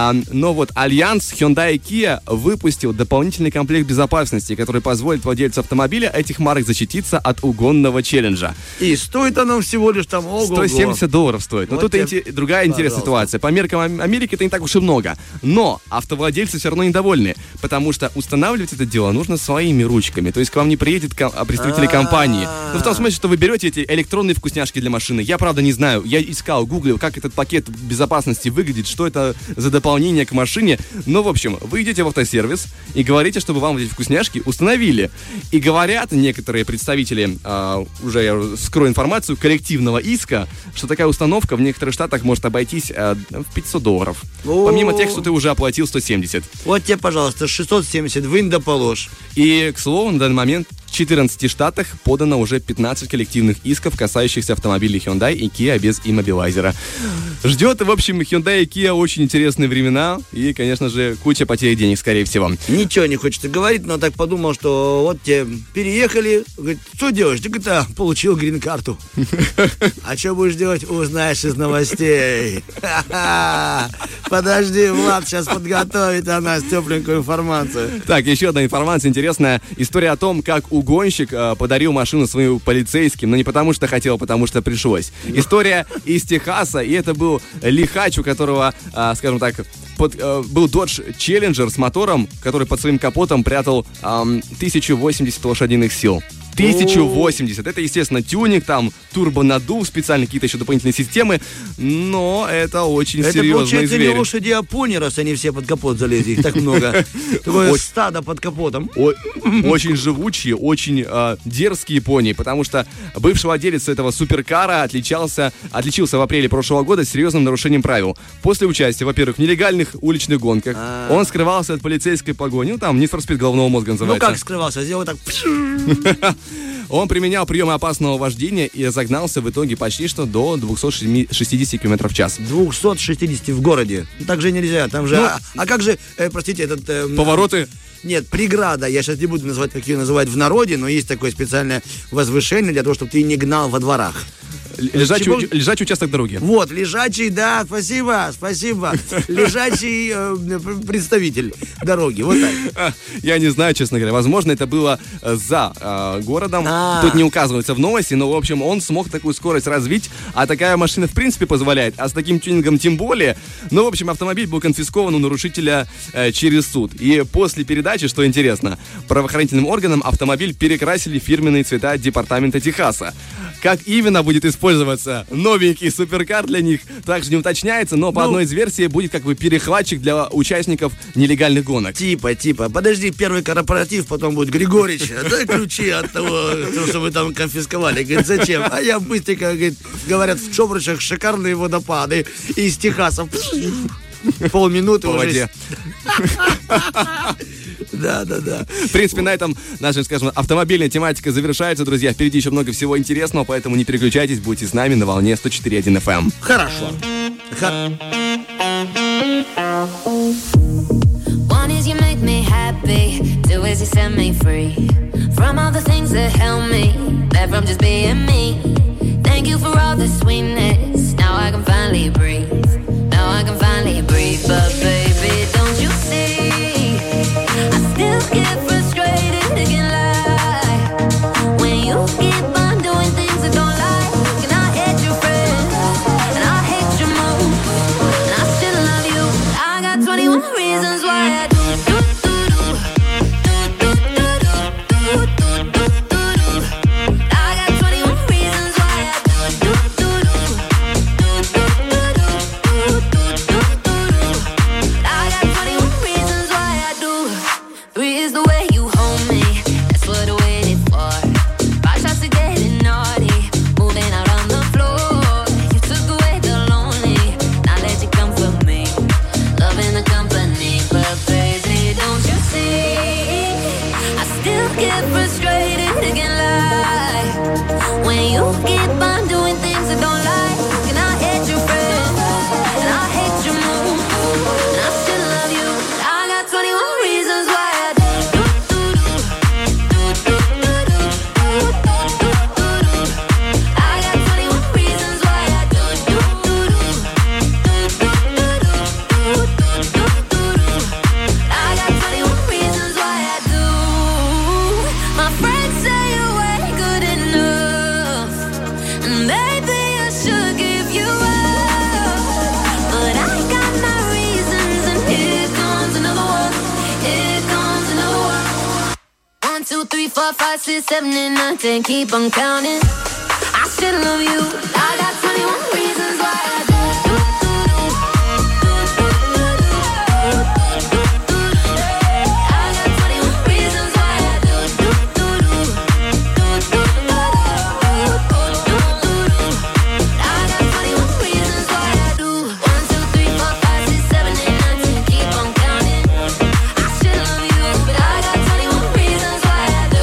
Но вот Альянс Hyundai и Kia выпустил дополнительный комплект безопасности, который позволит владельцу автомобиля этих марок защититься от угонного челленджа. И стоит оно всего лишь там $170 стоит. Но Вот тут тебе, другая интересная ситуация. По меркам Америки это не так уж и много. Но автовладельцы все равно недовольны, потому что устанавливать это дело нужно своими ручками. То есть к вам не приедет представители компании. В том смысле, что вы берете эти электронные вкусняшки для машины. Я, правда, не знаю. Я искал, гуглил, как этот пакет безопасности выглядит, что это за дополнение к машине. Но, в общем, вы идете в автосервис и говорите, чтобы вам эти вкусняшки установили. И говорят некоторые представители, уже я скрою информацию, коллективного иска, что такая установка в некоторых штатах может обойтись в $500. Помимо тех, что ты уже оплатил 170. Вот тебе, пожалуйста, 670, вынь да положь. И, к слову, на данный момент в 14 штатах подано уже 15 коллективных исков, касающихся автомобилей Hyundai и Kia без иммобилайзера. Ждет, в общем, Hyundai и Kia очень интересные времена и, конечно же, куча потерь денег, скорее всего. Ничего не хочется говорить, но так подумал, что вот те переехали, говорит, что делаешь? Ты говорит, получил грин-карту. А что будешь делать? Узнаешь из новостей. Подожди, Влад сейчас подготовит о нас тепленькую информацию. Так, еще одна информация интересная. История о том, как угонщик подарил машину своим полицейским, но не потому что хотел, а потому что пришлось. История из Техаса, и это был лихач, у которого, скажем так, был Dodge Challenger с мотором, который под своим капотом прятал 1080 лошадиных сил. 1080. Это, естественно, тюнинг, там турбонаддув, специальные какие-то еще дополнительные системы, но это очень серьезный зверь. Это, получается, не лошади, а пони, раз они все под капот залезли, их так много. Такое стадо под капотом. Очень живучие, очень дерзкие пони, потому что бывший владелец этого суперкара отличился в апреле прошлого года серьезным нарушением правил. После участия, во-первых, в нелегальных уличных гонках, он скрывался от полицейской погони, там Need for Speed головного мозга называется. Ну как скрывался? Сделал так... Он применял приемы опасного вождения и разогнался в итоге почти что до 260 км в час. 260 в городе. Так же нельзя. Там же... А как же, простите, этот... Повороты? Нет, преграда. Я сейчас не буду называть, как ее называют в народе, но есть такое специальное возвышение для того, чтобы ты не гнал во дворах. Лежачий участок дороги. Вот, лежачий, да, спасибо. Лежачий представитель дороги, вот так. Я не знаю, честно говоря. Возможно, это было за городом. Тут не указывается в новости, но, в общем, он смог такую скорость развить, а такая машина, в принципе, позволяет, а с таким тюнингом тем более. Ну, в общем, автомобиль был конфискован у нарушителя через суд. И после передачи, что интересно, правоохранительным органам автомобиль перекрасили фирменные цвета департамента Техаса. Как именно будет использоваться новенький суперкар для них, также не уточняется, но по одной из версий будет как бы перехватчик для участников нелегальных гонок. Типа, подожди, первый корпоратив, потом будет Григорич, дай ключи от того, что вы там конфисковали. Говорит, зачем? А я быстренько, говорят, в Чобрычах шикарные водопады из Техаса. Полминуты по уже. Воде. Да. В принципе, на этом наша, скажем, автомобильная тематика завершается, друзья. Впереди еще много всего интересного, поэтому не переключайтесь, будьте с нами на волне 104.1 FM. Хорошо. One is you make me happy, two is you set me free from all the things that held me back from just being me. Thank you for all the sweetness. Now I can finally breathe. But baby, don't you see? I still get frustrated, again lie when you keep on doing things I don't like. And I hate your friends, and I hate your moves, and I still love you. I got 21 reasons why I do. And keep on counting. I still love you. I got 21 reasons why I do. I got 21 reasons why I do. I got 21 reasons why I do. 1, 2, 3, 4, 5, 6, 7, 8, 9, 10. Keep on counting. I still love you, but I got 21 reasons why I do.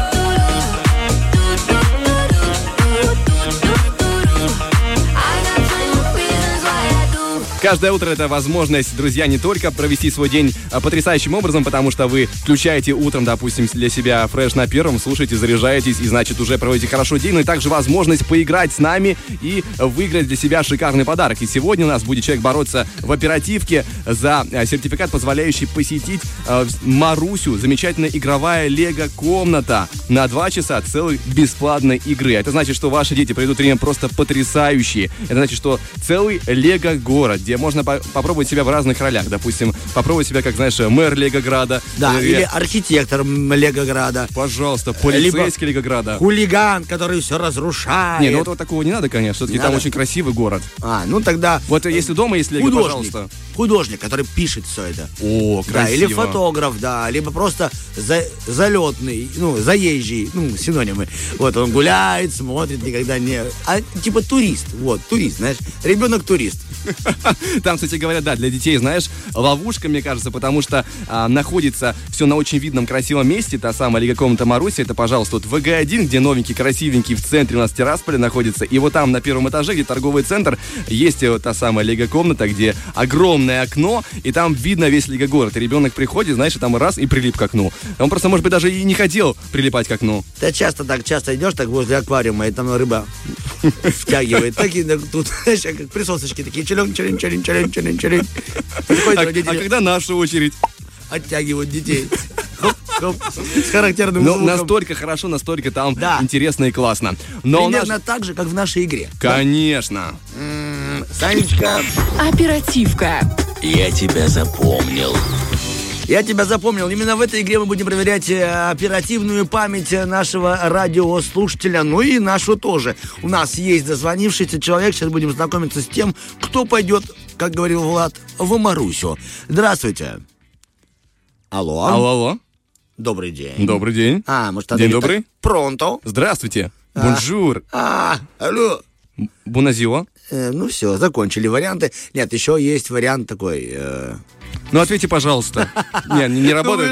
Каждое утро это возможность, друзья, не только провести свой день потрясающим образом, потому что вы включаете утром, допустим, для себя фреш на первом, слушаете, заряжаетесь и, значит, уже проводите хорошо день, но и также возможность поиграть с нами и выиграть для себя шикарный подарок. И сегодня у нас будет человек бороться в оперативке за сертификат, позволяющий посетить Марусю, замечательная игровая лего-комната на 2 часа целой бесплатной игры. Это значит, что ваши дети проведут время просто потрясающие. Это значит, что целый лего-город, где можно попробовать себя в разных ролях. Допустим, попробовать себя, как, знаешь, мэр Легограда. Да, или архитектор Легограда. Пожалуйста, полицейский Легограда. Хулиган, который все разрушает. Не, ну вот такого не надо, конечно. Все-таки там очень красивый город. Ну тогда... Вот если дома есть Лего, пожалуйста. Художник, который пишет все это. О, красиво. Да, или фотограф, да, либо просто залетный, заезжий, синонимы. Вот он гуляет, смотрит, никогда не... типа турист, турист, знаешь, ребенок-турист. Там, кстати говоря, да, для детей, знаешь, ловушка, мне кажется, потому что находится все на очень видном, красивом месте, та самая Лего-комната Маруси, это, пожалуйста, вот ВГ-1, где новенький, красивенький, в центре у нас Тирасполя находится, и вот там на первом этаже, где торговый центр, есть вот та самая Лего-комната, где огромное окно, и там видно весь Лего-город, и ребенок приходит, знаешь, и там раз, и прилип к окну. Он просто, может быть, даже и не хотел прилипать к окну. Ты часто идешь так возле аквариума, и там рыба втягивает. Такие тут, знаешь, как присосочки такие, челень. А когда наша очередь? Оттягивают детей. С характерным звуком. Настолько хорошо, настолько там интересно и классно. Примерно так же, как в нашей игре. Конечно. Санечка. Оперативка. Я тебя запомнил. Именно в этой игре мы будем проверять оперативную память нашего радиослушателя, ну и нашу тоже. У нас есть дозвонившийся человек. Сейчас будем знакомиться с тем, кто пойдет, как говорил Влад, в Марусю. Здравствуйте. Алло. Добрый день. Добрый день. Может, день добрый. Пронто. Здравствуйте. Бонжур. Алло. Боназио. Ну все, закончили варианты. Нет, еще есть вариант такой... Ну, ответьте, пожалуйста. Не работает?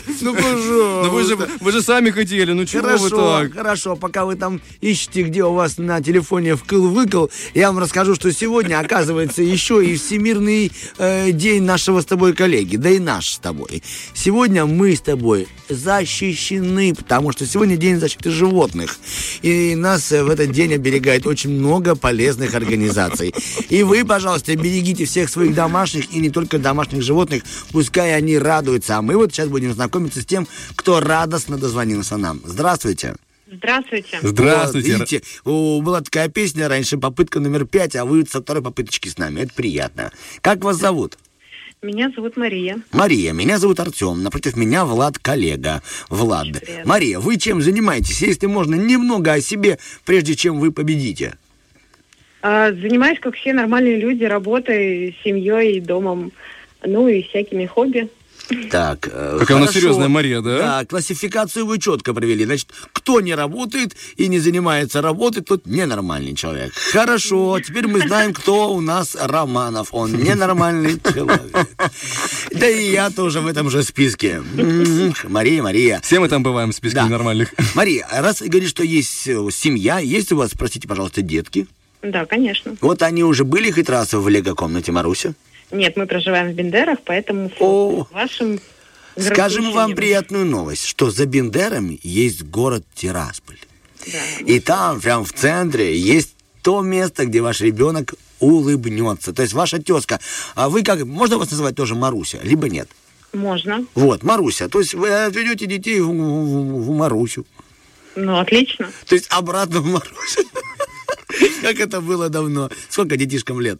Пожалуйста. Вы же сами хотели, ну чего вы так? Хорошо, пока вы там ищете, где у вас на телефоне вкл-выкл, я вам расскажу, что сегодня, оказывается, еще и Всемирный день нашего с тобой коллеги, да и наш с тобой. Сегодня мы с тобой защищены, потому что сегодня день защиты животных. И нас в этот день оберегает очень много полезных организаций. И вы, пожалуйста, берегите всех своих домашних и не только домашних животных, пускай они радуются. А мы вот сейчас будем знакомиться с тем, кто радостно дозвонился нам. Здравствуйте. Здравствуйте. Здравствуйте. Видите, была такая песня раньше, попытка номер 5, а вы со второй попыточки с нами. Это приятно. Как вас зовут? Меня зовут Мария. Мария, меня зовут Артем. Напротив меня Влад, коллега. Влад. Мария, вы чем занимаетесь? Если можно, немного о себе, прежде чем вы победите. Занимаюсь, как все нормальные люди, работой, семьей, домом, ну и всякими хобби. Так, какая у нас серьезная Мария, да? Да, классификацию вы четко провели. Значит, кто не работает и не занимается работой, тот ненормальный человек. Хорошо, теперь мы знаем, кто у нас Романов. Он ненормальный человек. Да и я тоже в этом же списке. Мария. Все мы там бываем в списке нормальных. Мария, раз вы говорите, что есть семья, есть у вас, простите, пожалуйста, детки? Да, конечно. Вот они уже были хоть раз в Лего-комнате Маруся? Нет, мы проживаем в Бендерах, поэтому в вашем... Скажем вам приятную новость, что за Бендерами есть город Тирасполь. Да. И там, прям в центре, есть то место, где ваш ребенок улыбнется. То есть ваша тезка. А вы как... Можно вас называть тоже Маруся, либо нет? Можно. Вот, Маруся. То есть вы отведете детей в Марусю. Ну, отлично. То есть обратно в Марусю. Как это было давно. Сколько детишкам лет?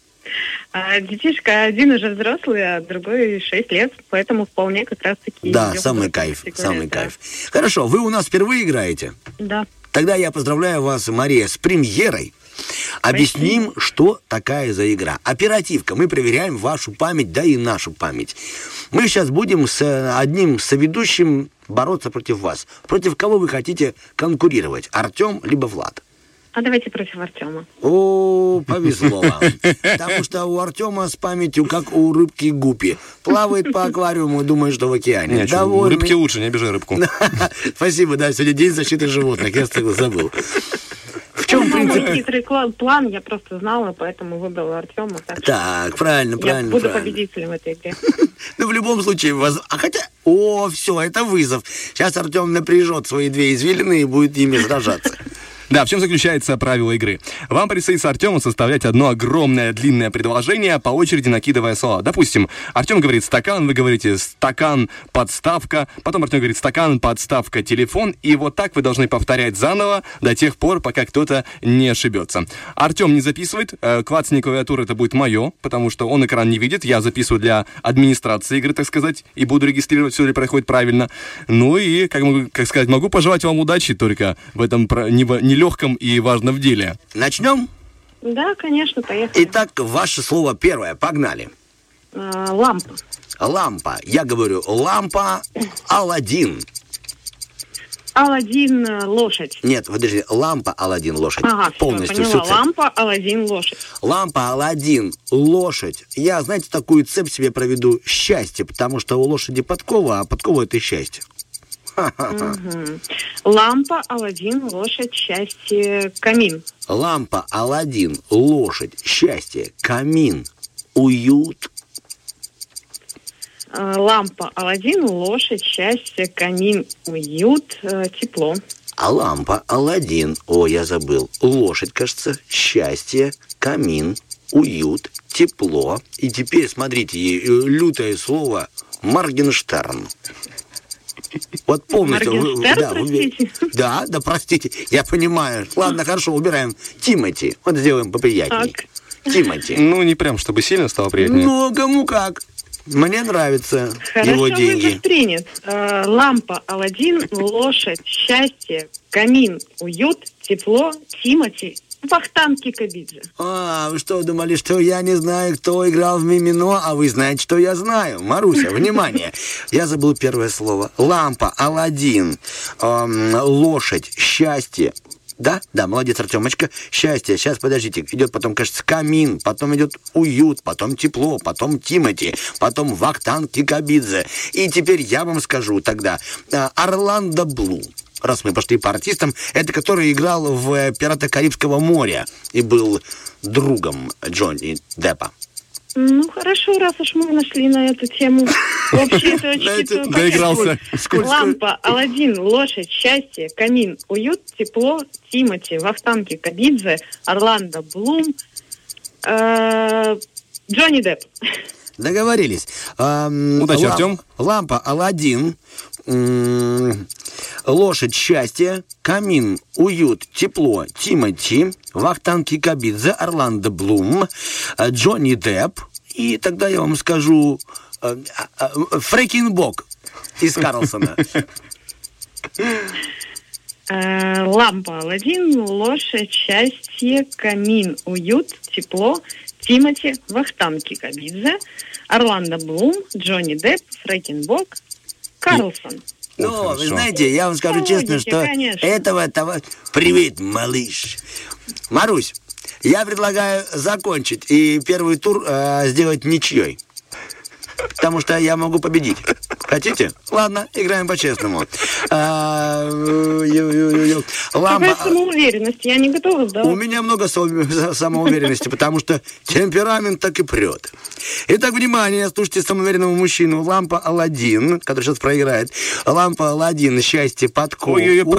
Детишка один уже взрослый, а другой 6 лет, поэтому вполне как раз-таки... Да, самый кайф. Хорошо, вы у нас впервые играете? Да. Тогда я поздравляю вас, Мария, с премьерой. Объясним, что такая за игра. Оперативка. Мы проверяем вашу память, да и нашу память. Мы сейчас будем с одним соведущим бороться против вас. Против кого вы хотите конкурировать? Артем либо Влад? А давайте против Артема. О, повезло вам. Потому что у Артема с памятью, как у рыбки Гуппи. Плавает по аквариуму, думает, что в океане. У рыбки лучше, не обижай рыбку. Спасибо, да, сегодня день защиты животных, я забыл. В чем принцип? Мой хитрый план, я просто знала, поэтому выбрала Артема. Так, правильно. Я буду победителем в этой игре. Ну, в любом случае, все, это вызов. Сейчас Артем напряжет свои 2 извилины и будет ими сражаться. Да, в чем заключается правило игры? Вам предстоит с Артемом составлять одно огромное длинное предложение, по очереди накидывая слова. Допустим, Артем говорит стакан, вы говорите стакан, подставка, потом Артем говорит стакан, подставка, телефон, и вот так вы должны повторять заново до тех пор, пока кто-то не ошибется. Артем не записывает, клацание клавиатуры это будет мое, потому что он экран не видит, я записываю для администрации игры, так сказать, и буду регистрировать, все ли проходит правильно. Ну и, как сказать, могу пожелать вам удачи только в этом нелегком и важном деле. Начнем? Да, конечно, поехали. Итак, ваше слово первое. Погнали. Лампа. Лампа. Я говорю лампа Аладдин. Аладдин, лошадь. Нет, подожди, лампа Аладдин, лошадь. Ага, полностью поняла. всю цепь. Лампа, Аладдин, лошадь. Лампа Аладдин, лошадь. Я, знаете, такую цепь себе проведу счастье, потому что у лошади подкова, а подкова это счастье. Угу. Лампа, Аладдин, лошадь, счастье, камин. Лампа Аладдин, лошадь, счастье, камин, уют. Лампа, Аладдин, лошадь, счастье, камин, уют, тепло. А лампа Аладдин, я забыл, лошадь, кажется, счастье, камин, уют, тепло. И теперь, смотрите, лютое слово Моргенштерн. Вот полностью. Да, простите, я понимаю. Ладно, хорошо, убираем. Тимати. Вот сделаем поприятней. Тимати. Ну, не прям, чтобы сильно стало приятнее. Ну, кому как. Мне нравятся его деньги. Хорошо, принят. Лампа, Аладдин, лошадь, счастье, камин, уют, тепло, Тимати, Вахтанг Кикабидзе. Вы что, думали, что я не знаю, кто играл в Мимино, а вы знаете, что я знаю? Маруся, внимание. Я забыл первое слово. Лампа, Аладдин, лошадь, счастье. Да, молодец, Артемочка. Счастье. Сейчас, подождите. Идет потом, кажется, камин, потом идет уют, потом тепло, потом Тимати, потом Вахтанг Кикабидзе. И теперь я вам скажу тогда. Орландо Блум. Раз мы пошли по артистам, это который играл в «Пиратах Карибского моря» и был другом Джонни Деппа. Ну, хорошо, раз уж мы нашли на эту тему общие точки, то доигрался. Лампа, Аладдин, лошадь, счастье, камин, уют, тепло, Тимати, Вахтанг Кикабидзе, Орландо Блум, Джонни Депп. Договорились. Удачи, Артем. Лампа, Аладдин, лошадь, счастье, камин, уют, тепло, Тимати, Вахтанг Кикабидзе, Орландо Блум, Джонни Депп. И тогда я вам скажу Фрекенбок из Карлсона. Лампа, Аладдин, лошадь, счастье, камин, уют, тепло, Тимати, Вахтанг Кикабидзе, Орландо Блум, Джонни Депп, Фрекенбок, Карлсон. Ну, вы знаете, я вам скажу честно, что этого... Привет, малыш. Марусь, я предлагаю закончить и первый тур сделать ничьей. Потому что я могу победить. Хотите? Ладно, играем по-честному. Какая самоуверенность? Я не готова сдаваться. У меня много самоуверенности, потому что темперамент так и прет. Итак, внимание, слушайте самоуверенного мужчину. Лампа Аладдин, который сейчас проиграет. Лампа Аладдин, счастье, подков.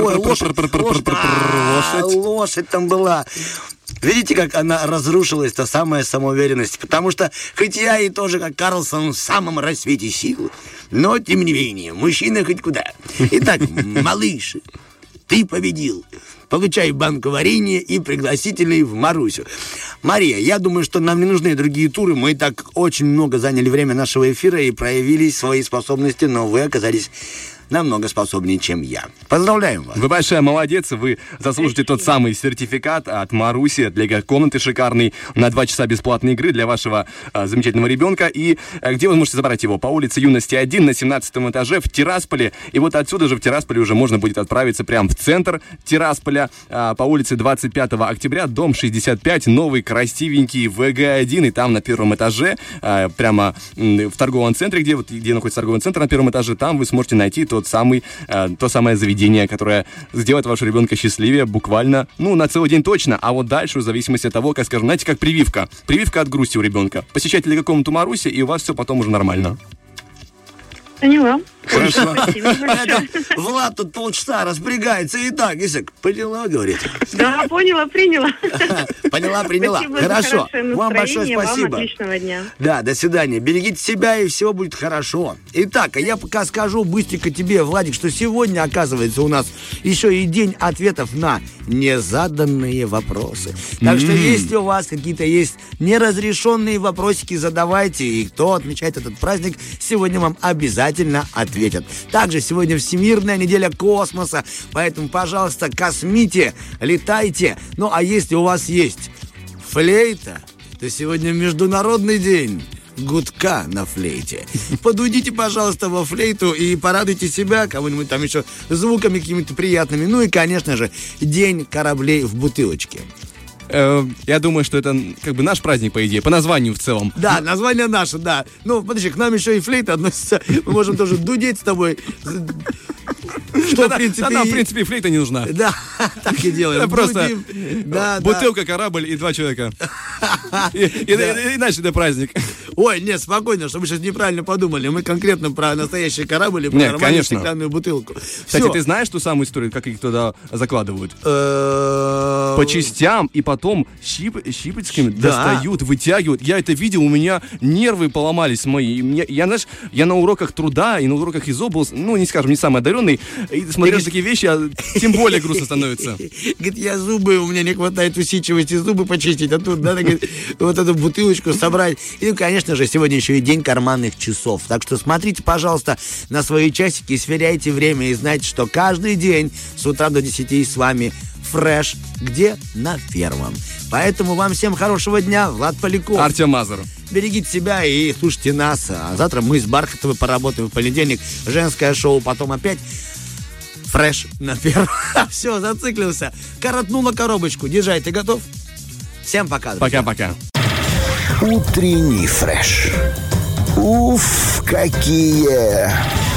Лошадь там была. Видите, как она разрушилась, та самая самоуверенность? Потому что, хоть я и тоже, как Карлсон, в самом расцвете сил, но, тем не менее, мужчина хоть куда. Итак, малыш, ты победил. Получай банку варенья и пригласительный в Марусю. Мария, я думаю, что нам не нужны другие туры. Мы так очень много заняли время нашего эфира и проявили свои способности, но вы оказались намного способнее, чем я. Поздравляем вас. Вы большая молодец, вы заслужите тот самый сертификат от Маруси для комнаты шикарной на 2 часа бесплатной игры для вашего замечательного ребенка. И где вы можете забрать его? По улице Юности 1 на 17 этаже в Тирасполе. И вот отсюда же в Тирасполе уже можно будет отправиться прямо в центр Тирасполя по улице 25 октября, дом 65, новый красивенький ВГ-1. И там на первом этаже, прямо в торговом центре, где находится торговый центр на первом этаже, там вы сможете найти то самое заведение, которое сделает вашего ребенка счастливее буквально, на целый день точно, а вот дальше в зависимости от того, как, скажем, знаете, как прививка от грусти у ребенка. Посещайте ли комнату Маруси, и у вас все потом уже нормально. Поняла. Хорошо. Спасибо большое. Влад тут полчаса распрягается. Итак, Исак, поняла, говорит? Да, поняла, приняла. Поняла, приняла. Спасибо за Хорошо. хорошее Вам большое настроение, вам спасибо. отличного дня. Да, до свидания. Берегите себя, и все будет хорошо. Итак, а я пока скажу быстренько тебе, Владик, что сегодня, оказывается, у нас еще и день ответов на незаданные вопросы. Так что, если у вас какие-то есть неразрешенные вопросики, задавайте. И кто отмечает этот праздник, сегодня вам обязательно ответят. Также сегодня Всемирная неделя космоса. Поэтому, пожалуйста, космите, летайте. Ну, а если у вас есть флейта, то сегодня Международный день гудка на флейте. Подуйдите, пожалуйста, во флейту и порадуйте себя кого-нибудь там еще звуками какими-то приятными. Ну и, конечно же, день кораблей в бутылочке. Я думаю, что это как бы наш праздник, по идее, по названию в целом. Да, название наше, да. Ну, подожди, к нам еще и флейта относится. Мы можем тоже дудеть с тобой. Что, в принципе... Да, нам, в принципе, флейта не нужна. Да, так и делаем. Это просто Да, бутылка, корабль и 2 человека. Иначе это праздник. Ой, нет, спокойно, чтобы вы сейчас неправильно подумали. Мы конкретно про настоящий корабль и про нормальную стеклянную бутылку. Кстати, ты знаешь ту самую историю, как их туда закладывают? По По частям, и потом щипочками достают, вытягивают. Я это видел, у меня нервы поломались мои. Я на уроках труда и на уроках ИЗО был, ну, не скажем, не самый одаренный. И смотришь такие вещи, тем более грустно становится. Говорит, у меня не хватает усидчивости зубы почистить, а тут надо, говорит, вот эту бутылочку собрать. И, конечно же, сегодня еще и день карманных часов. Так что смотрите, пожалуйста, на свои часики, сверяйте время и знайте, что каждый день с утра до 10 с вами Фреш, где? На Первом. Поэтому вам всем хорошего дня. Влад Поляков. Артем Мазур. Берегите себя и слушайте нас. А завтра мы с Бархатовой поработаем в понедельник. Женское шоу, потом опять Фреш на Первом. Все, зациклился. Коротнула коробочку. Держай, ты готов? Всем пока. Пока-пока. Утренний фреш. Уф, какие